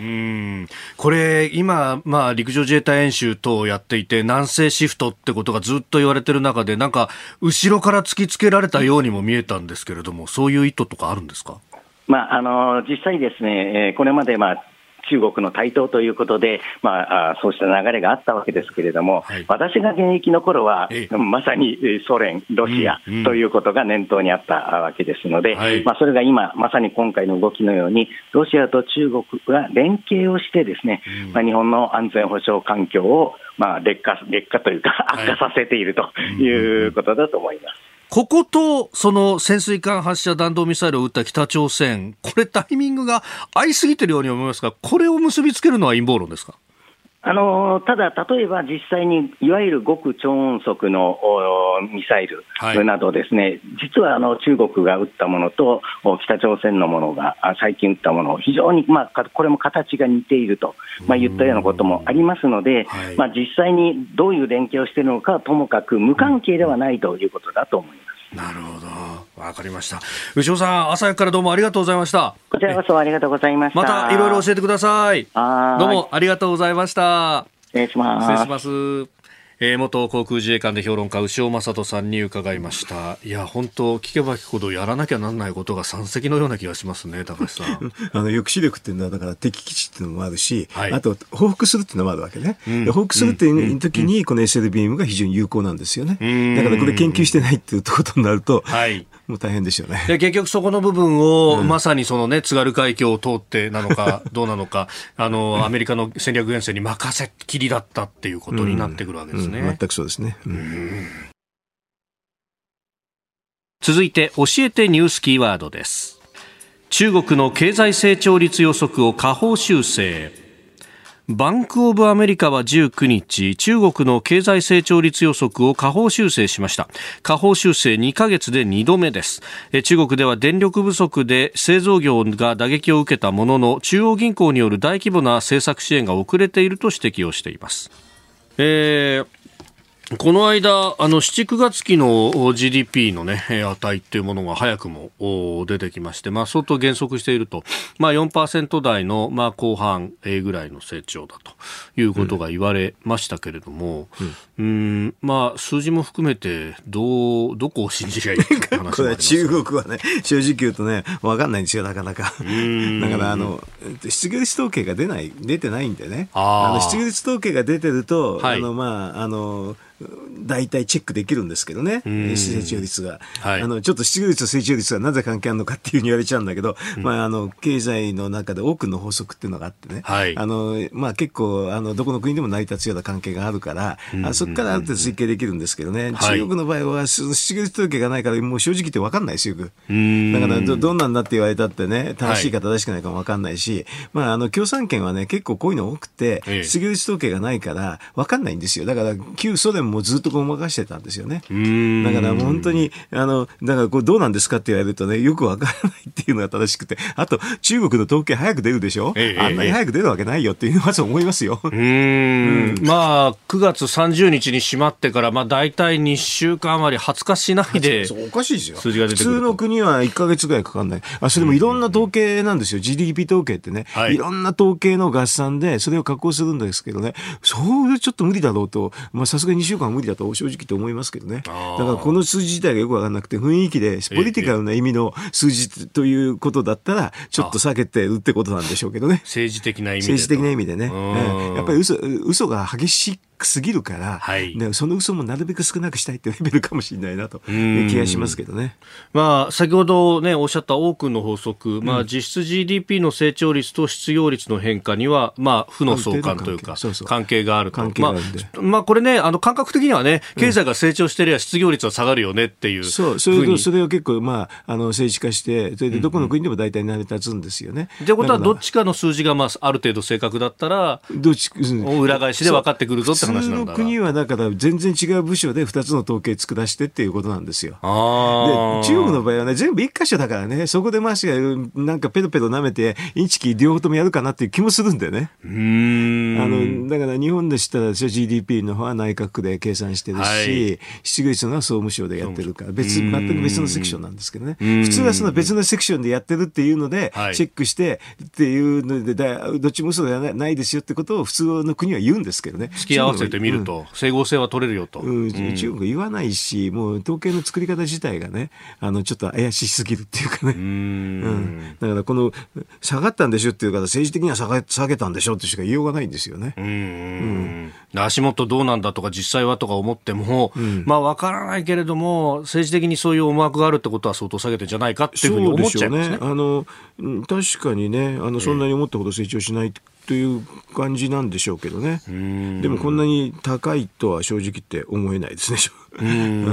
これ今、まあ、陸上自衛隊演習等をやっていて南西シフトってことがずっと言われている中で、なんか後ろから突きつけられたようにも見えたんですけれども、そういう意図とかあるんですか？ まあ、あの実際ですね、これまでまあ中国の台頭ということで、まあ、そうした流れがあったわけですけれども、はい、私が現役の頃はまさにソ連、ロシアということが念頭にあったわけですので、うんうん、まあ、それが今まさに今回の動きのようにロシアと中国が連携をしてですね、うん、まあ、日本の安全保障環境をまあ劣化、劣化というか悪化させているということだと思います。はい、 こことその潜水艦発射弾道ミサイルを撃った北朝鮮、これタイミングが合いすぎているように思いますが、これを結びつけるのは陰謀論ですか？ あのただ、例えば実際にいわゆる極超音速のミサイルなどですね、はい、実はあの中国が撃ったものと北朝鮮のものが最近撃ったもの、非常に、まあ、これも形が似ていると、まあ、言ったようなこともありますので、はい、まあ、実際にどういう連携をしているのかはともかく無関係ではないということだと思います。 なるほど、わかりました。牛尾さん、朝早くからどうもありがとうございました。 こちらこそありがとうございました。 またいろいろ教えてください。どうもありがとうございました。 失礼します。 失礼します。えー、元航空自衛官で評論家牛尾正人さんに伺いました。いや本当聞けば聞くほどやらなきゃなんないことが山積のような気がしますね、高橋さん。あの抑止力っていうのはだから敵基地っていうのもあるし、はい、あと報復するっていうのもあるわけね、うん、報復するっていう時にこの エスエルビーエム が非常に有効なんですよね、うん、だからこれ研究してないっていうことになると、はい、もう大変ですよね。 で結局そこの部分を、うん、まさにそのね津軽海峡を通ってなのかどうなのかあのアメリカの戦略原潜に任せっきりだったっていうことになってくるわけですね、 うんうん、全くそうですね。うん、 続いて教えてニュースキーワードです。中国の経済成長率予測を下方修正。 バンクオブアメリカはじゅうくにち、中国の経済成長率予測を下方修正しました。下方修正にかげつでにどめです。中国では電力不足で製造業が打撃を受けたものの、中央銀行による大規模な政策支援が遅れていると指摘をしています。えーこの間、あの、しち、くがつ期の ジーディーピー のね、値っていうものが早くも出てきまして、まあ、相当減速していると、まあ、よんパーセント 台の、まあ、後半ぐらいの成長だということが言われましたけれども、うん、うんまあ、数字も含めて、どう、どこを信じりゃいいかって話もあります。 これは中国はね、正直言うとね、わかんないんですよ、なかなか。だから、あの、失業率統計が出ない、出てないんでね、あの失業率統計が出てると、はい、あの、まあ、あの、大体チェックできるんですけどね、成長率が、はい、あのちょっと失業率と成長率がなぜ関係あるのかっていうふうに言われちゃうんだけど、うんまあ、あの経済の中で多くの法則っていうのがあってね、はいあのまあ、結構あのどこの国でも成り立つような関係があるから、うんうんうん、そこからある程度推計できるんですけどね、はい、中国の場合は失業率統計がないからもう正直言って分かんないですよ。だから ど, どんなんだって言われたってね、正しいか正しくないかも分かんないし、はいまあ、あの共産圏はね結構こういうの多くて、ええ、失業率統計がないから分かんないんですよ。だから旧ソ連もずっとごまかしてたんですよね。だからもう本当にあのだからこれどうなんですかって言われるとねよくわからないっていうのが正しくて、あと中国の統計早く出るでしょ、ええ、あんなに早く出るわけないよっていうのはまず思いますよ。うーん、 うん、まあくがつさんじゅうにちに閉まってからまあ大体にしゅうかん余りはつかしないでそうおかしいですよ。 数字が出てくる。 普通の国はいっかげつぐらいかかんない。あそれもいろんな統計なんですよ。 ジーディーピー 統計ってね、はい、いろんな統計の合算でそれを加工するんですけどね、それちょっと無理だろうと、まあさすがににしゅうかんは無理だと正直と思いますけどね。だからこの数字自体がよく分からなくて雰囲気でポリティカルな意味の数字ということだったらちょっと避けてるってことなんでしょうけどね。 政治的な意味で政治的な意味でね、えー、やっぱり嘘、嘘が激しいすぎるから、はい、その嘘もなるべく少なくしたいってレベルかもしれないなという気がしますけどね。 まあ、先ほど、ね、おっしゃった多くの法則、まあ、実質 ジーディーピー の成長率と失業率の変化には、まあ、負の相関というかそうそう関係があると。関係があるんで、まあまあ、これねあの感覚的にはね経済が成長していれば失業率は下がるよねっていう、うん、 そうそれとそれを結構、まあ、あの政治化してそれでどこの国でも大体成り立つんですよね。 と、うん、いうことはどっちかの数字が、まあ、ある程度正確だったらどっち、うん、裏返しで分かってくるぞって話なんだな。 普通の国はだから全然違う部署でふたつの統計作らしてっていうことなんですよ。あで中国の場合はね全部一箇所だからね、そこでマシがなんかペロペロ舐めてインチキ両方ともやるかなっていう気もするんだよね。うーんあのだから日本でしたら ジーディーピー の方は内閣府で計算してるし、はい、失業率のは総務省でやってるから別全く別のセクションなんですけどね。普通はその別のセクションでやってるっていうのでチェックしてっていうのでだどっちも嘘ではないですよってことを普通の国は言うんですけどね。 付き合わせてみると、うん、整合性は取れるよと、 うん、中国言わないし、もう統計の作り方自体がねあのちょっと怪しすぎるっていうかね。うーん、うん、だからこの下がったんでしょっていうから政治的には下げ、下げたんでしょってしか言いようがないんですよね。うーん、 うん、足元どうなんだとか実際はとか思っても、うん、まあ分からないけれども政治的にそういう思惑があるってことは相当下げてんじゃないかっていうふうに思っちゃいますね。 そうでしょうね。あの確かにねあのそんなに思ったほど成長しないという感じなんでしょうけどね。うんでもこんなに高いとは正直言って思えないですね。うん、 うん、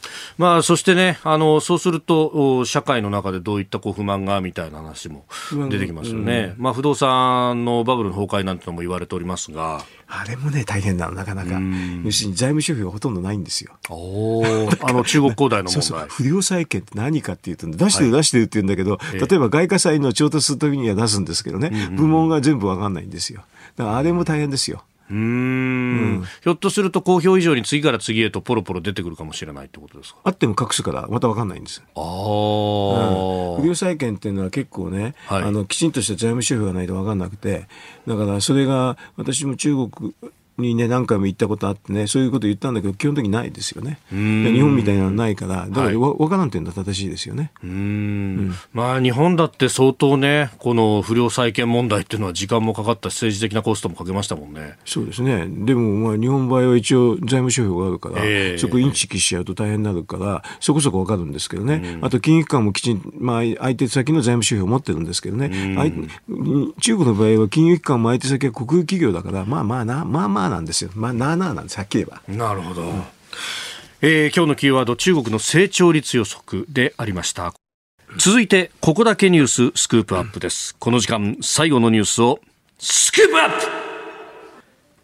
まあ、そしてねあのそうすると社会の中でどういったこう不満がみたいな話も出てきますよね。うんまあ、不動産のバブルの崩壊なんてのも言われておりますがあれもね大変なのなかなか。要するに財務諸表がほとんどないんですよ。 おあの中国恒大の問題そうそう不良債権って何かっていうと出してる出してるって言うんだけど、はい、例えば外貨債の調達するときには出すんですけどね、うんうん、部門が全部わかんないんですよ。だからあれも大変ですよ。うーん、 うん、ひょっとすると公表以上に次から次へとポロポロ出てくるかもしれないってことですか。 あっても隠すからまた分かんないんです。あ、うん、不良債権っていうのは結構ね、はい、あのきちんとした財務諸表がないと分かんなくて、だからそれが私も中国にね何回も行ったことあってねそういうこと言ったんだけど基本的にないですよね。日本みたいなのはないからだから分からんっていうのは正しいですよね。うーん、うん、 まあ日本だって相当ねこの不良債権問題っていうのは時間もかかったし政治的なコストもかけましたもんね。 そうですね。でもまあ日本の場合は一応財務諸表があるから、えー、そこインチキしちゃうと大変になるからそこそこ分かるんですけどね、うん、あと金融機関もきちん、まあ、相手先の財務諸表を持ってるんですけどね、うん、中国の場合は金融機関も相手先は国有企業だからまあまあなまあまあなんですよ。まあなあなあなんですはっきり言えば。 なるほど、うんえー、今日のキーワード中国の成長率予測でありました。続いてここだけニューススクープアップです、うん、この時間最後のニュースをスクープアップ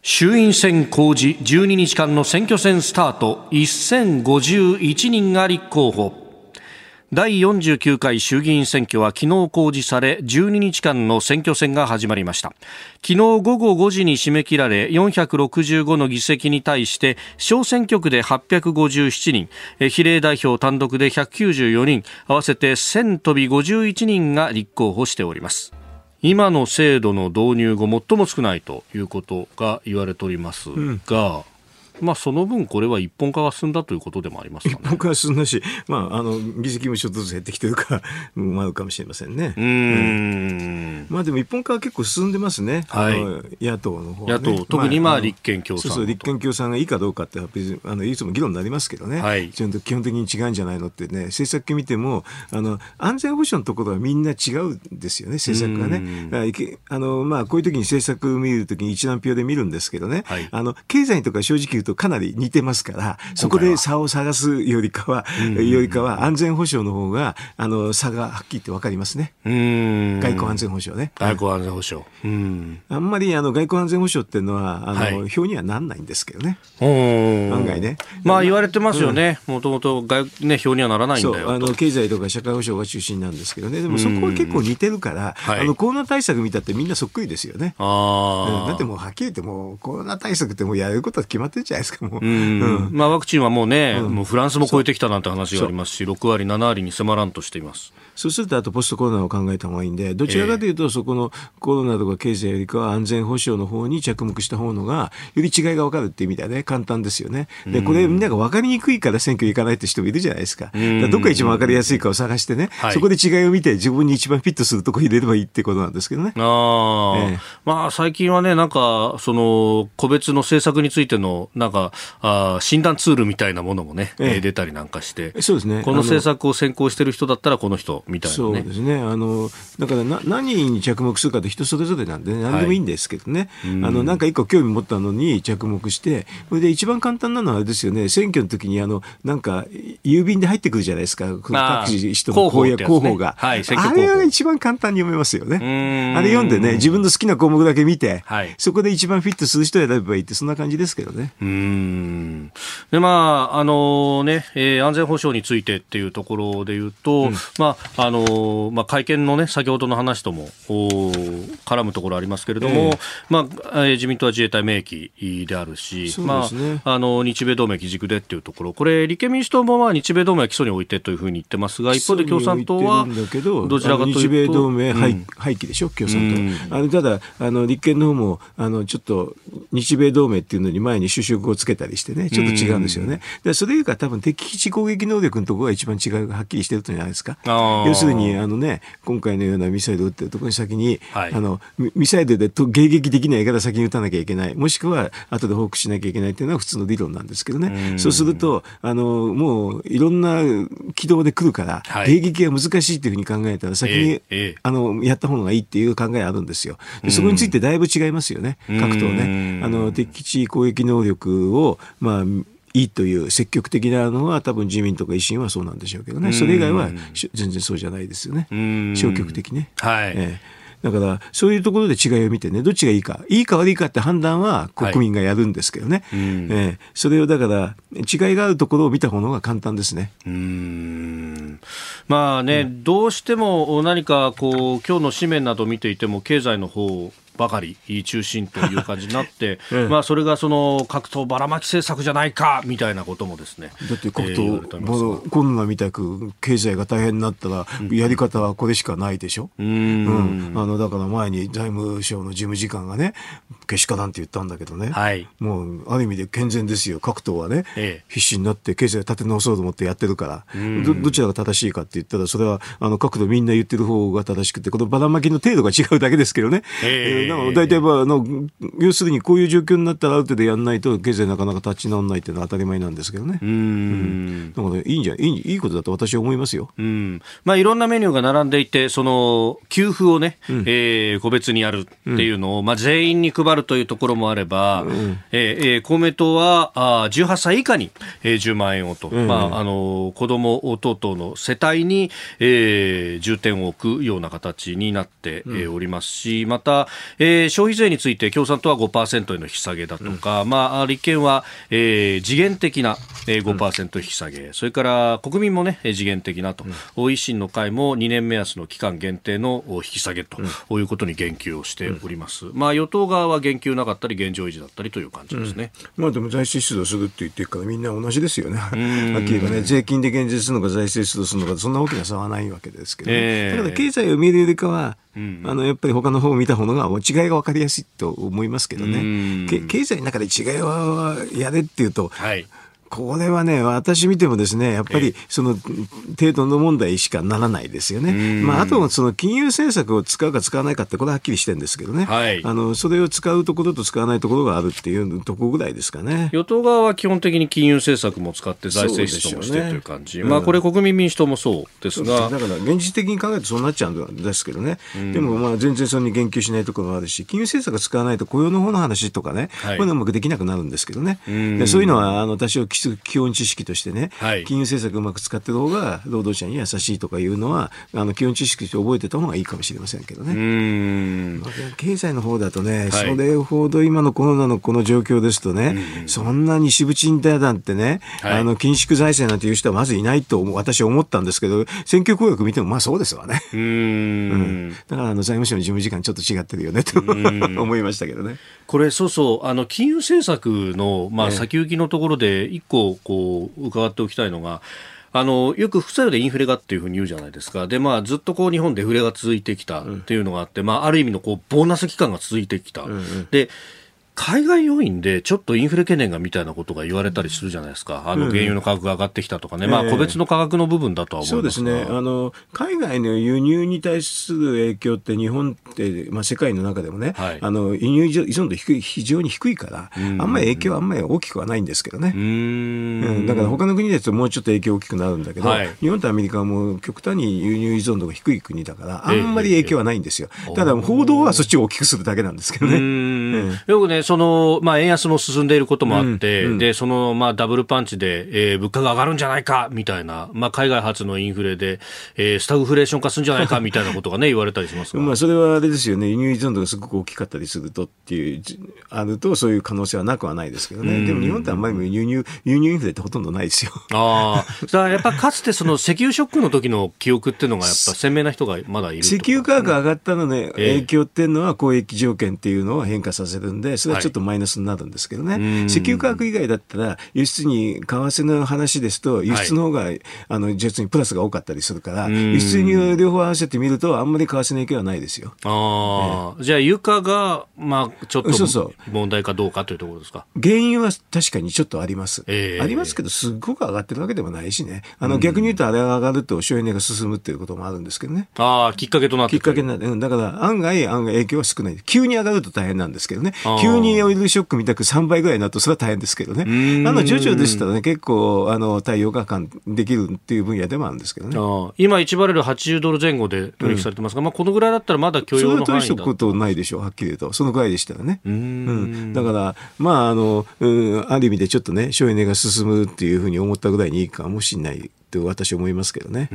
衆院選公示じゅうににちかんの選挙戦スタート。せんごじゅういちにんが立候補。だいよんじゅうきゅうかい衆議院選挙は昨日公示され、じゅうににちかんの選挙戦が始まりました。昨日午後ごじに締め切られ、よんひゃくろくじゅうごの議席に対して小選挙区ではっぴゃくごじゅうななにん、比例代表単独でひゃくきゅうじゅうよにん、合わせてせんとびごじゅういちにんが立候補しております。今の制度の導入後最も少ないということが言われておりますが、うんまあ、その分これは一本化が進んだということでもありますかね。 一本化が進んだし、まあ、あの議席もちょっとずつ減ってきてるからもあるかもしれませんね。 うーん、うんまあ、でも一本化は結構進んでますね、はい、あの野党の方は、ね、 野党特にまあ立憲共産、 まあ、そうそう立憲共産がいいかどうかってあのいつも議論になりますけどね、はい、基本的に違うんじゃないのってね、政策見てもあの安全保障のところはみんな違うんですよね、政策がね。あの、まあ、こういう時に政策見る時に一覧表で見るんですけどね、はい、あの経済とか正直言うとかなり似てますから、そこで差を探すよりかは、よりかは安全保障の方があの差がはっきり言って分かりますね。 うーん外交安全保障ね。 外交安全保障。うんあんまりあの外交安全保障っていうのはあの、はい、表にはなんないんですけどね。案外ね。 まあ言われてますよね。もともとね表にはならないんだよと。 そうあの経済とか社会保障が中心なんですけどね。でもそこは結構似てるから、あのコロナ対策見たってみんなそっくりですよね。あうん、だってもうはっきり言ってもうコロナ対策ってもうやることは決まってるじゃないですかもう。 うんうんまあ、ワクチンはもうね、うん、もうフランスも超えてきたなんて話がありますし、ろくわりななわりに迫らんとしています。 そうするとあとポストコロナを考えた方がいいんで、どちらかというと、えー、そこのコロナとか経済よりかは安全保障の方に着目した方のがより違いが分かるっていう意味ではね簡単ですよね。でこれみんなが分かりにくいから選挙行かないって人もいるじゃないですか。だからどこが一番分かりやすいかを探してね、はい、そこで違いを見て自分に一番フィットするとこ入れればいいってことなんですけどね。 あ、えーまあ、最近はねなんかその個別の政策についてのなんかあ診断ツールみたいなものもね、えー、出たりなんかして、 そうですね、 この政策を先行している人だったらこの人みたいなね。 そうですね。あのだからな何に着目するかって人それぞれなんで、ね、何でもいいんですけどね、はい、あのなんか一個興味持ったのに着目して、それで一番簡単なのはあれですよね、選挙の時にあのなんか郵便で入ってくるじゃないですか、各人の公約候補が、はい、選挙候補、あれが一番簡単に読めますよね。あれ読んでね自分の好きな項目だけ見て、はい、そこで一番フィットする人を選べばいいってそんな感じですけどね。 うーんでまああのねえー、安全保障についてっていうところで言うと、うんまああのまあ、会見の、ね、先ほどの話とも絡むところありますけれども、えーまあ、自民党は自衛隊明記であるし、ねまあ、あの日米同盟基軸でっていうところ、これ立憲民主党もまあ日米同盟は基礎に置いてというふうに言ってますが、一方で共産党はどちらかというと日米同盟廃棄でしょ共産党、うん、あのただあの立憲の方もあのちょっと日米同盟っていうのに前に主食をつけたりしてねちょっと違うんですよね。でそれ以外多分敵基地攻撃能力のところが一番違いがはっきりしてるんじゃないですか。要するにあの、ね、今回のようなミサイルを撃ってるところに先に、はい、あのミサイルで迎撃できないから先に撃たなきゃいけない、もしくは後で報告しなきゃいけないというのは普通の理論なんですけどね。うそうするとあのもういろんな軌道で来るから、はい、迎撃が難しいというふうに考えたら先に、えーえー、あのやった方がいいっていう考えあるんですよ。でそこについてだいぶ違いますよね。各党ねあの敵基地攻撃能力をまあいいという積極的なのは多分自民とか維新はそうなんでしょうけどね、それ以外は全然そうじゃないですよね。消極的ね、はいえー、だからそういうところで違いを見てねどっちがいいかいいか悪いかって判断は国民がやるんですけどね、はいえー、それをだから違いがあるところを見た方が簡単ですね。 うーんまあね、うん、どうしても何かこう今日の紙面など見ていても経済の方ばかり中心という感じになって、ええまあ、それがその各党ばらまき政策じゃないかみたいなこともですね。 だって各党、えー、コロナみたく経済が大変になったらやり方はこれしかないでしょ。うん、うん、あのだから前に財務省の事務次官がねけしからんって言ったんだけどね、はい、もうある意味で健全ですよ。各党はね、ええ、必死になって経済を立て直そうと思ってやってるから、ど, どちらが正しいかって言ったらそれはあの各党みんな言ってる方が正しくてこのばらまきの程度が違うだけですけどね、ええ大体はあの要するにこういう状況になったらある程度やらないと経済なかなか立ち直らないっていうのは当たり前なんですけどね。うん、うん、だからいいんじゃいい、いいことだと私は思いますよ。 うんまあ、いろんなメニューが並んでいてその給付をね、うんえー、個別にやるっていうのを、うんまあ、全員に配るというところもあれば、うんえー、公明党はあじゅうはっさい以下に、えー、じゅうまんえんをと、うんまあ、あの子ども等々の世帯に、えー、重点を置くような形になって、うんえー、おりますしまた、 えー、消費税について共産党は ごパーセント への引き下げだとか、うん、まあ、立憲は、えー、次元的な、えー、ごパーセント 引き下げ、うん、それから国民も、ね、次元的なと、うん、維新の会もにねん目安の期間限定の引き下げと、うん、いうことに言及をしております、うん、まあ、与党側は言及なかったり現状維持だったりという感じですね、 うん、まあ、でも財政出動するって言ってるからみんな同じですよね。はっきり言えばね、税金で減税するのか財政出動するのかそんな大きな差はないわけですけど、ね、えー、だから経済を見るよりかは、うん、あのやっぱり他の方を見た方が違いが分かりやすいと思いますけどね。経済の中で違いはやれっていうと、はい、これはね、私見てもですね、やっぱりその程度の問題しかならないですよね。まあ、あとその金融政策を使うか使わないかってこれははっきりしてるんですけどね、はい、あのそれを使うところと使わないところがあるっていうところぐらいですかね。 与党側は基本的に金融政策も使って財政出動もしてという感じ、ね、まあ、これ国民民主党もそうですが、 だから現実的に考えるとそうなっちゃうんですけどね。でもまあ全然それに言及しないところもあるし、金融政策を使わないと雇用の方の話とかね、はい、こういうのうまくできなくなるんですけどね。でそういうのはあの多少基本知識としてね、はい、金融政策うまく使ってる方が労働者に優しいとかいうのはあの基本知識として覚えてた方がいいかもしれませんけどね。うーん、まあ、経済の方だとね、はい、それほど今のコロナのこの状況ですとね、そんなにしぶちんだなんてね、はい、あの緊縮財政なんていう人はまずいないと私は思ったんですけど、選挙公約見てもまあそうですわね。うーん、うん、だからあの財務省の事務次官ちょっと違ってるよねと思いましたけどね。 これそうそうあの金融政策の、まあ、先行きのところで一個こう伺っておきたいのが、あのよく副作用でインフレがっていうふうに言うじゃないですか。で、まあ、ずっとこう日本デフレが続いてきたっていうのがあって、うん、まあ、ある意味のこうボーナス期間が続いてきた、うんうん、で海外要因でちょっとインフレ懸念がみたいなことが言われたりするじゃないですか。あの原油の価格が上がってきたとかね、うん、まあ、個別の価格の部分だとは思いますが、 そうですね、あの海外の輸入に対する影響って日本って、まあ、世界の中でもね、はい、あの輸入依存度低い非常に低いから、うん、あんまり影響はあんまり大きくはないんですけどね。うん、うん、だから他の国ですともうちょっと影響大きくなるんだけど、はい、日本とアメリカはもう極端に輸入依存度が低い国だからあんまり影響はないんですよ。えーえー、ただ報道はそっちを大きくするだけなんですけどね。うん、 うん、よくね、そのまあ円安も進んでいることもあって、うんうん、でそのまあダブルパンチで、えー、物価が上がるんじゃないかみたいな、まあ、海外発のインフレで、えー、スタグフレーション化するんじゃないかみたいなことがね言われたりしますがまあそれはあれですよね、輸入依存度がすごく大きかったりするとっていうあるとそういう可能性はなくはないですけどね。でも日本ってあんまり輸入輸入インフレってほとんどないですよ。 ああ、やっぱかつてその石油ショックの時の記憶っていうのがやっぱ鮮明な人がまだいる、ね、 石油価格上がったのね、えー、影響っていうのは交易条件っていうのを変化させるんで、それはちょっとマイナスになるんですけどね。はい、石油価格以外だったら輸出に為替の話ですと輸出の方が、はい、あの実にプラスが多かったりするから輸出に両方合わせてみるとあんまり為替の影響はないですよ。 あ、えー、じゃあ油価が、まあ、ちょっと問題かどうかというところですか。 原因は確かにちょっとあります、えー、ありますけどすごく上がってるわけでもないしね。あの逆に言うとあれが上がると省エネが進むっていうこともあるんですけどね。 あ、きっかけとなってきっかけになって、うん、だから案外案外影響は少ない。急に上がると大変なんですけどね。急にオイルショックみたくさんばいぐらいになるとそれは大変ですけどね。あの徐々でしたらね結構あの対応ができるっていう分野でもあるんですけどね。 あ、今いちバレルはちじゅうドル前後で取引されてますが、うん、まあ、このぐらいだったらまだ許容の範囲だ。 それは取引することないでしょう、はっきり言うと。そのぐらいでしたらね。うん、うん、だからまああの、うん、ある意味でちょっとね省エネが進むっていうふうに思ったぐらいにいいかもしれないと私は思いますけどね。うん、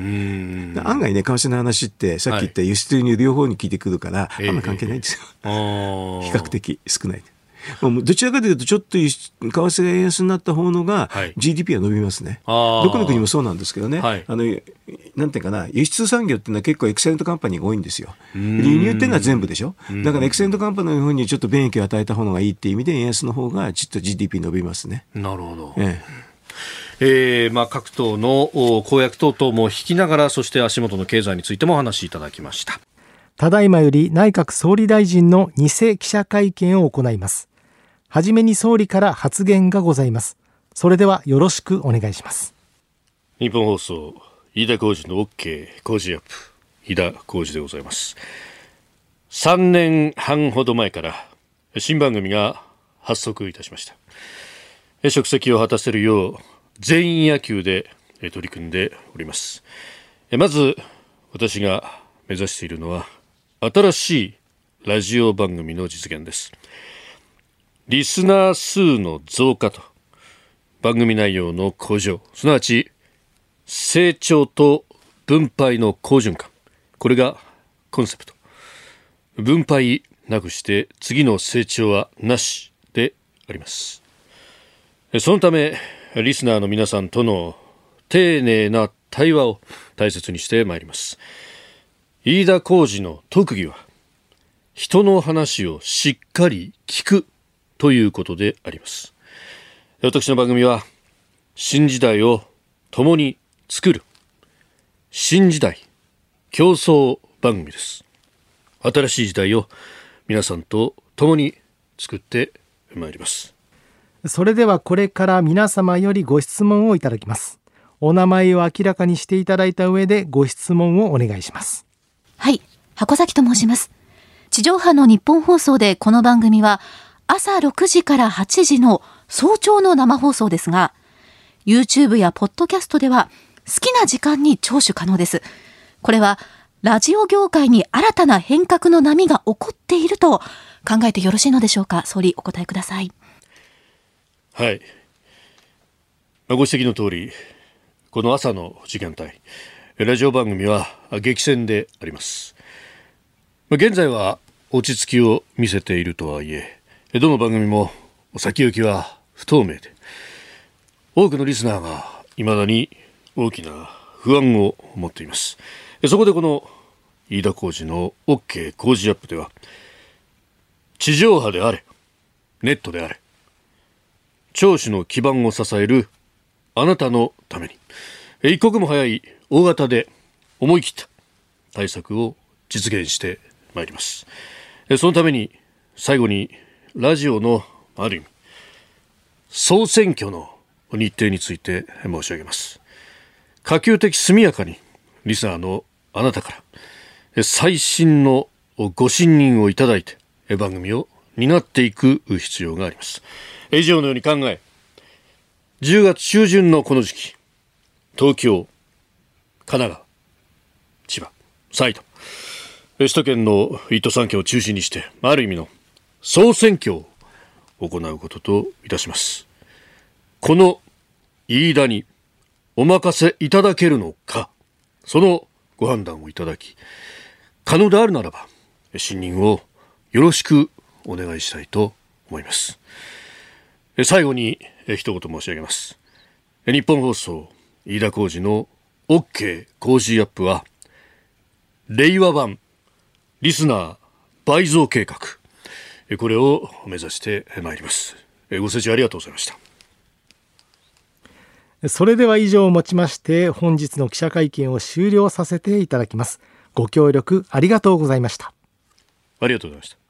案外ね為替の話ってさっき言った輸出入両方に効いてくるから、はい、あんまり関係ないんですよ、えー、比較的少ない。どちらかというとちょっと為替が円安になった方のが ジーディーピー は伸びますね。どこの国もそうなんですけどね、はい、あのなんていうかな、輸出産業っていうのは結構エクセレントカンパニーが多いんですよ。輸入っていうのは全部でしょ。だからエクセレントカンパニーの方にちょっと便益を与えた方がいいっていう意味で円安の方がちょっと ジーディーピー 伸びますね。 なるほど、えええーまあ、各党の公約等々も引きながら、そして足元の経済についてもお話しいただきました。 ただいまより内閣総理大臣の偽記者会見を行います。はじめに総理から発言がございます。それではよろしくお願いします。 日本放送飯田浩司の OK 工事アップ、飯田浩司でございます。さんねんはんほど前から新番組が発足いたしました。職責を果たせるよう全員野球で取り組んでおります。まず私が目指しているのは新しいラジオ番組の実現です。リスナー数の増加と番組内容の向上、すなわち成長と分配の好循環、これがコンセプト。分配なくして次の成長はなしであります。そのためリスナーの皆さんとの丁寧な対話を大切にしてまいります。飯田浩司の特技は人の話をしっかり聞くということであります。私の番組は新時代を共に作る新時代競争番組です。新しい時代を皆さんと共に作ってまいります。 それではこれから皆様よりご質問をいただきます。お名前を明らかにしていただいた上でご質問をお願いします。 はい、箱崎と申します。地上波の日本放送でこの番組は朝ろくじからはちじの早朝の生放送ですが、 YouTube やポッドキャストでは好きな時間に聴取可能です。これはラジオ業界に新たな変革の波が起こっていると考えてよろしいのでしょうか。総理、お答えください。 はい、ご指摘の通り、この朝の時間帯、ラジオ番組は激戦であります。現在は落ち着きを見せているとはいえ、どの番組も先行きは不透明で、多くのリスナーが未だに大きな不安を持っています。そこでこの飯田浩司の OK 工事アップでは、地上波であれネットであれ、聴取の基盤を支えるあなたのために、一刻も早い大型で思い切った対策を実現してまいります。そのために最後にラジオのある意味総選挙の日程について申し上げます。可及的速やかにリスナーのあなたから最新のご信任をいただいて番組を担っていく必要があります。以上のように考え、じゅうがつ中旬のこの時期、東京、神奈川、千葉、埼玉、首都圏のいっ都さん県を中心にして、ある意味の総選挙を行うことといたします。この飯田にお任せいただけるのか、そのご判断をいただき、可能であるならば信任をよろしくお願いしたいと思います。最後に一言申し上げます。日本放送飯田浩司の OK 工事アップは令和版リスナー倍増計画、これを目指してまいります。ご清聴ありがとうございました。 それでは以上をもちまして本日の記者会見を終了させていただきます。ご協力ありがとうございました。 ありがとうございました。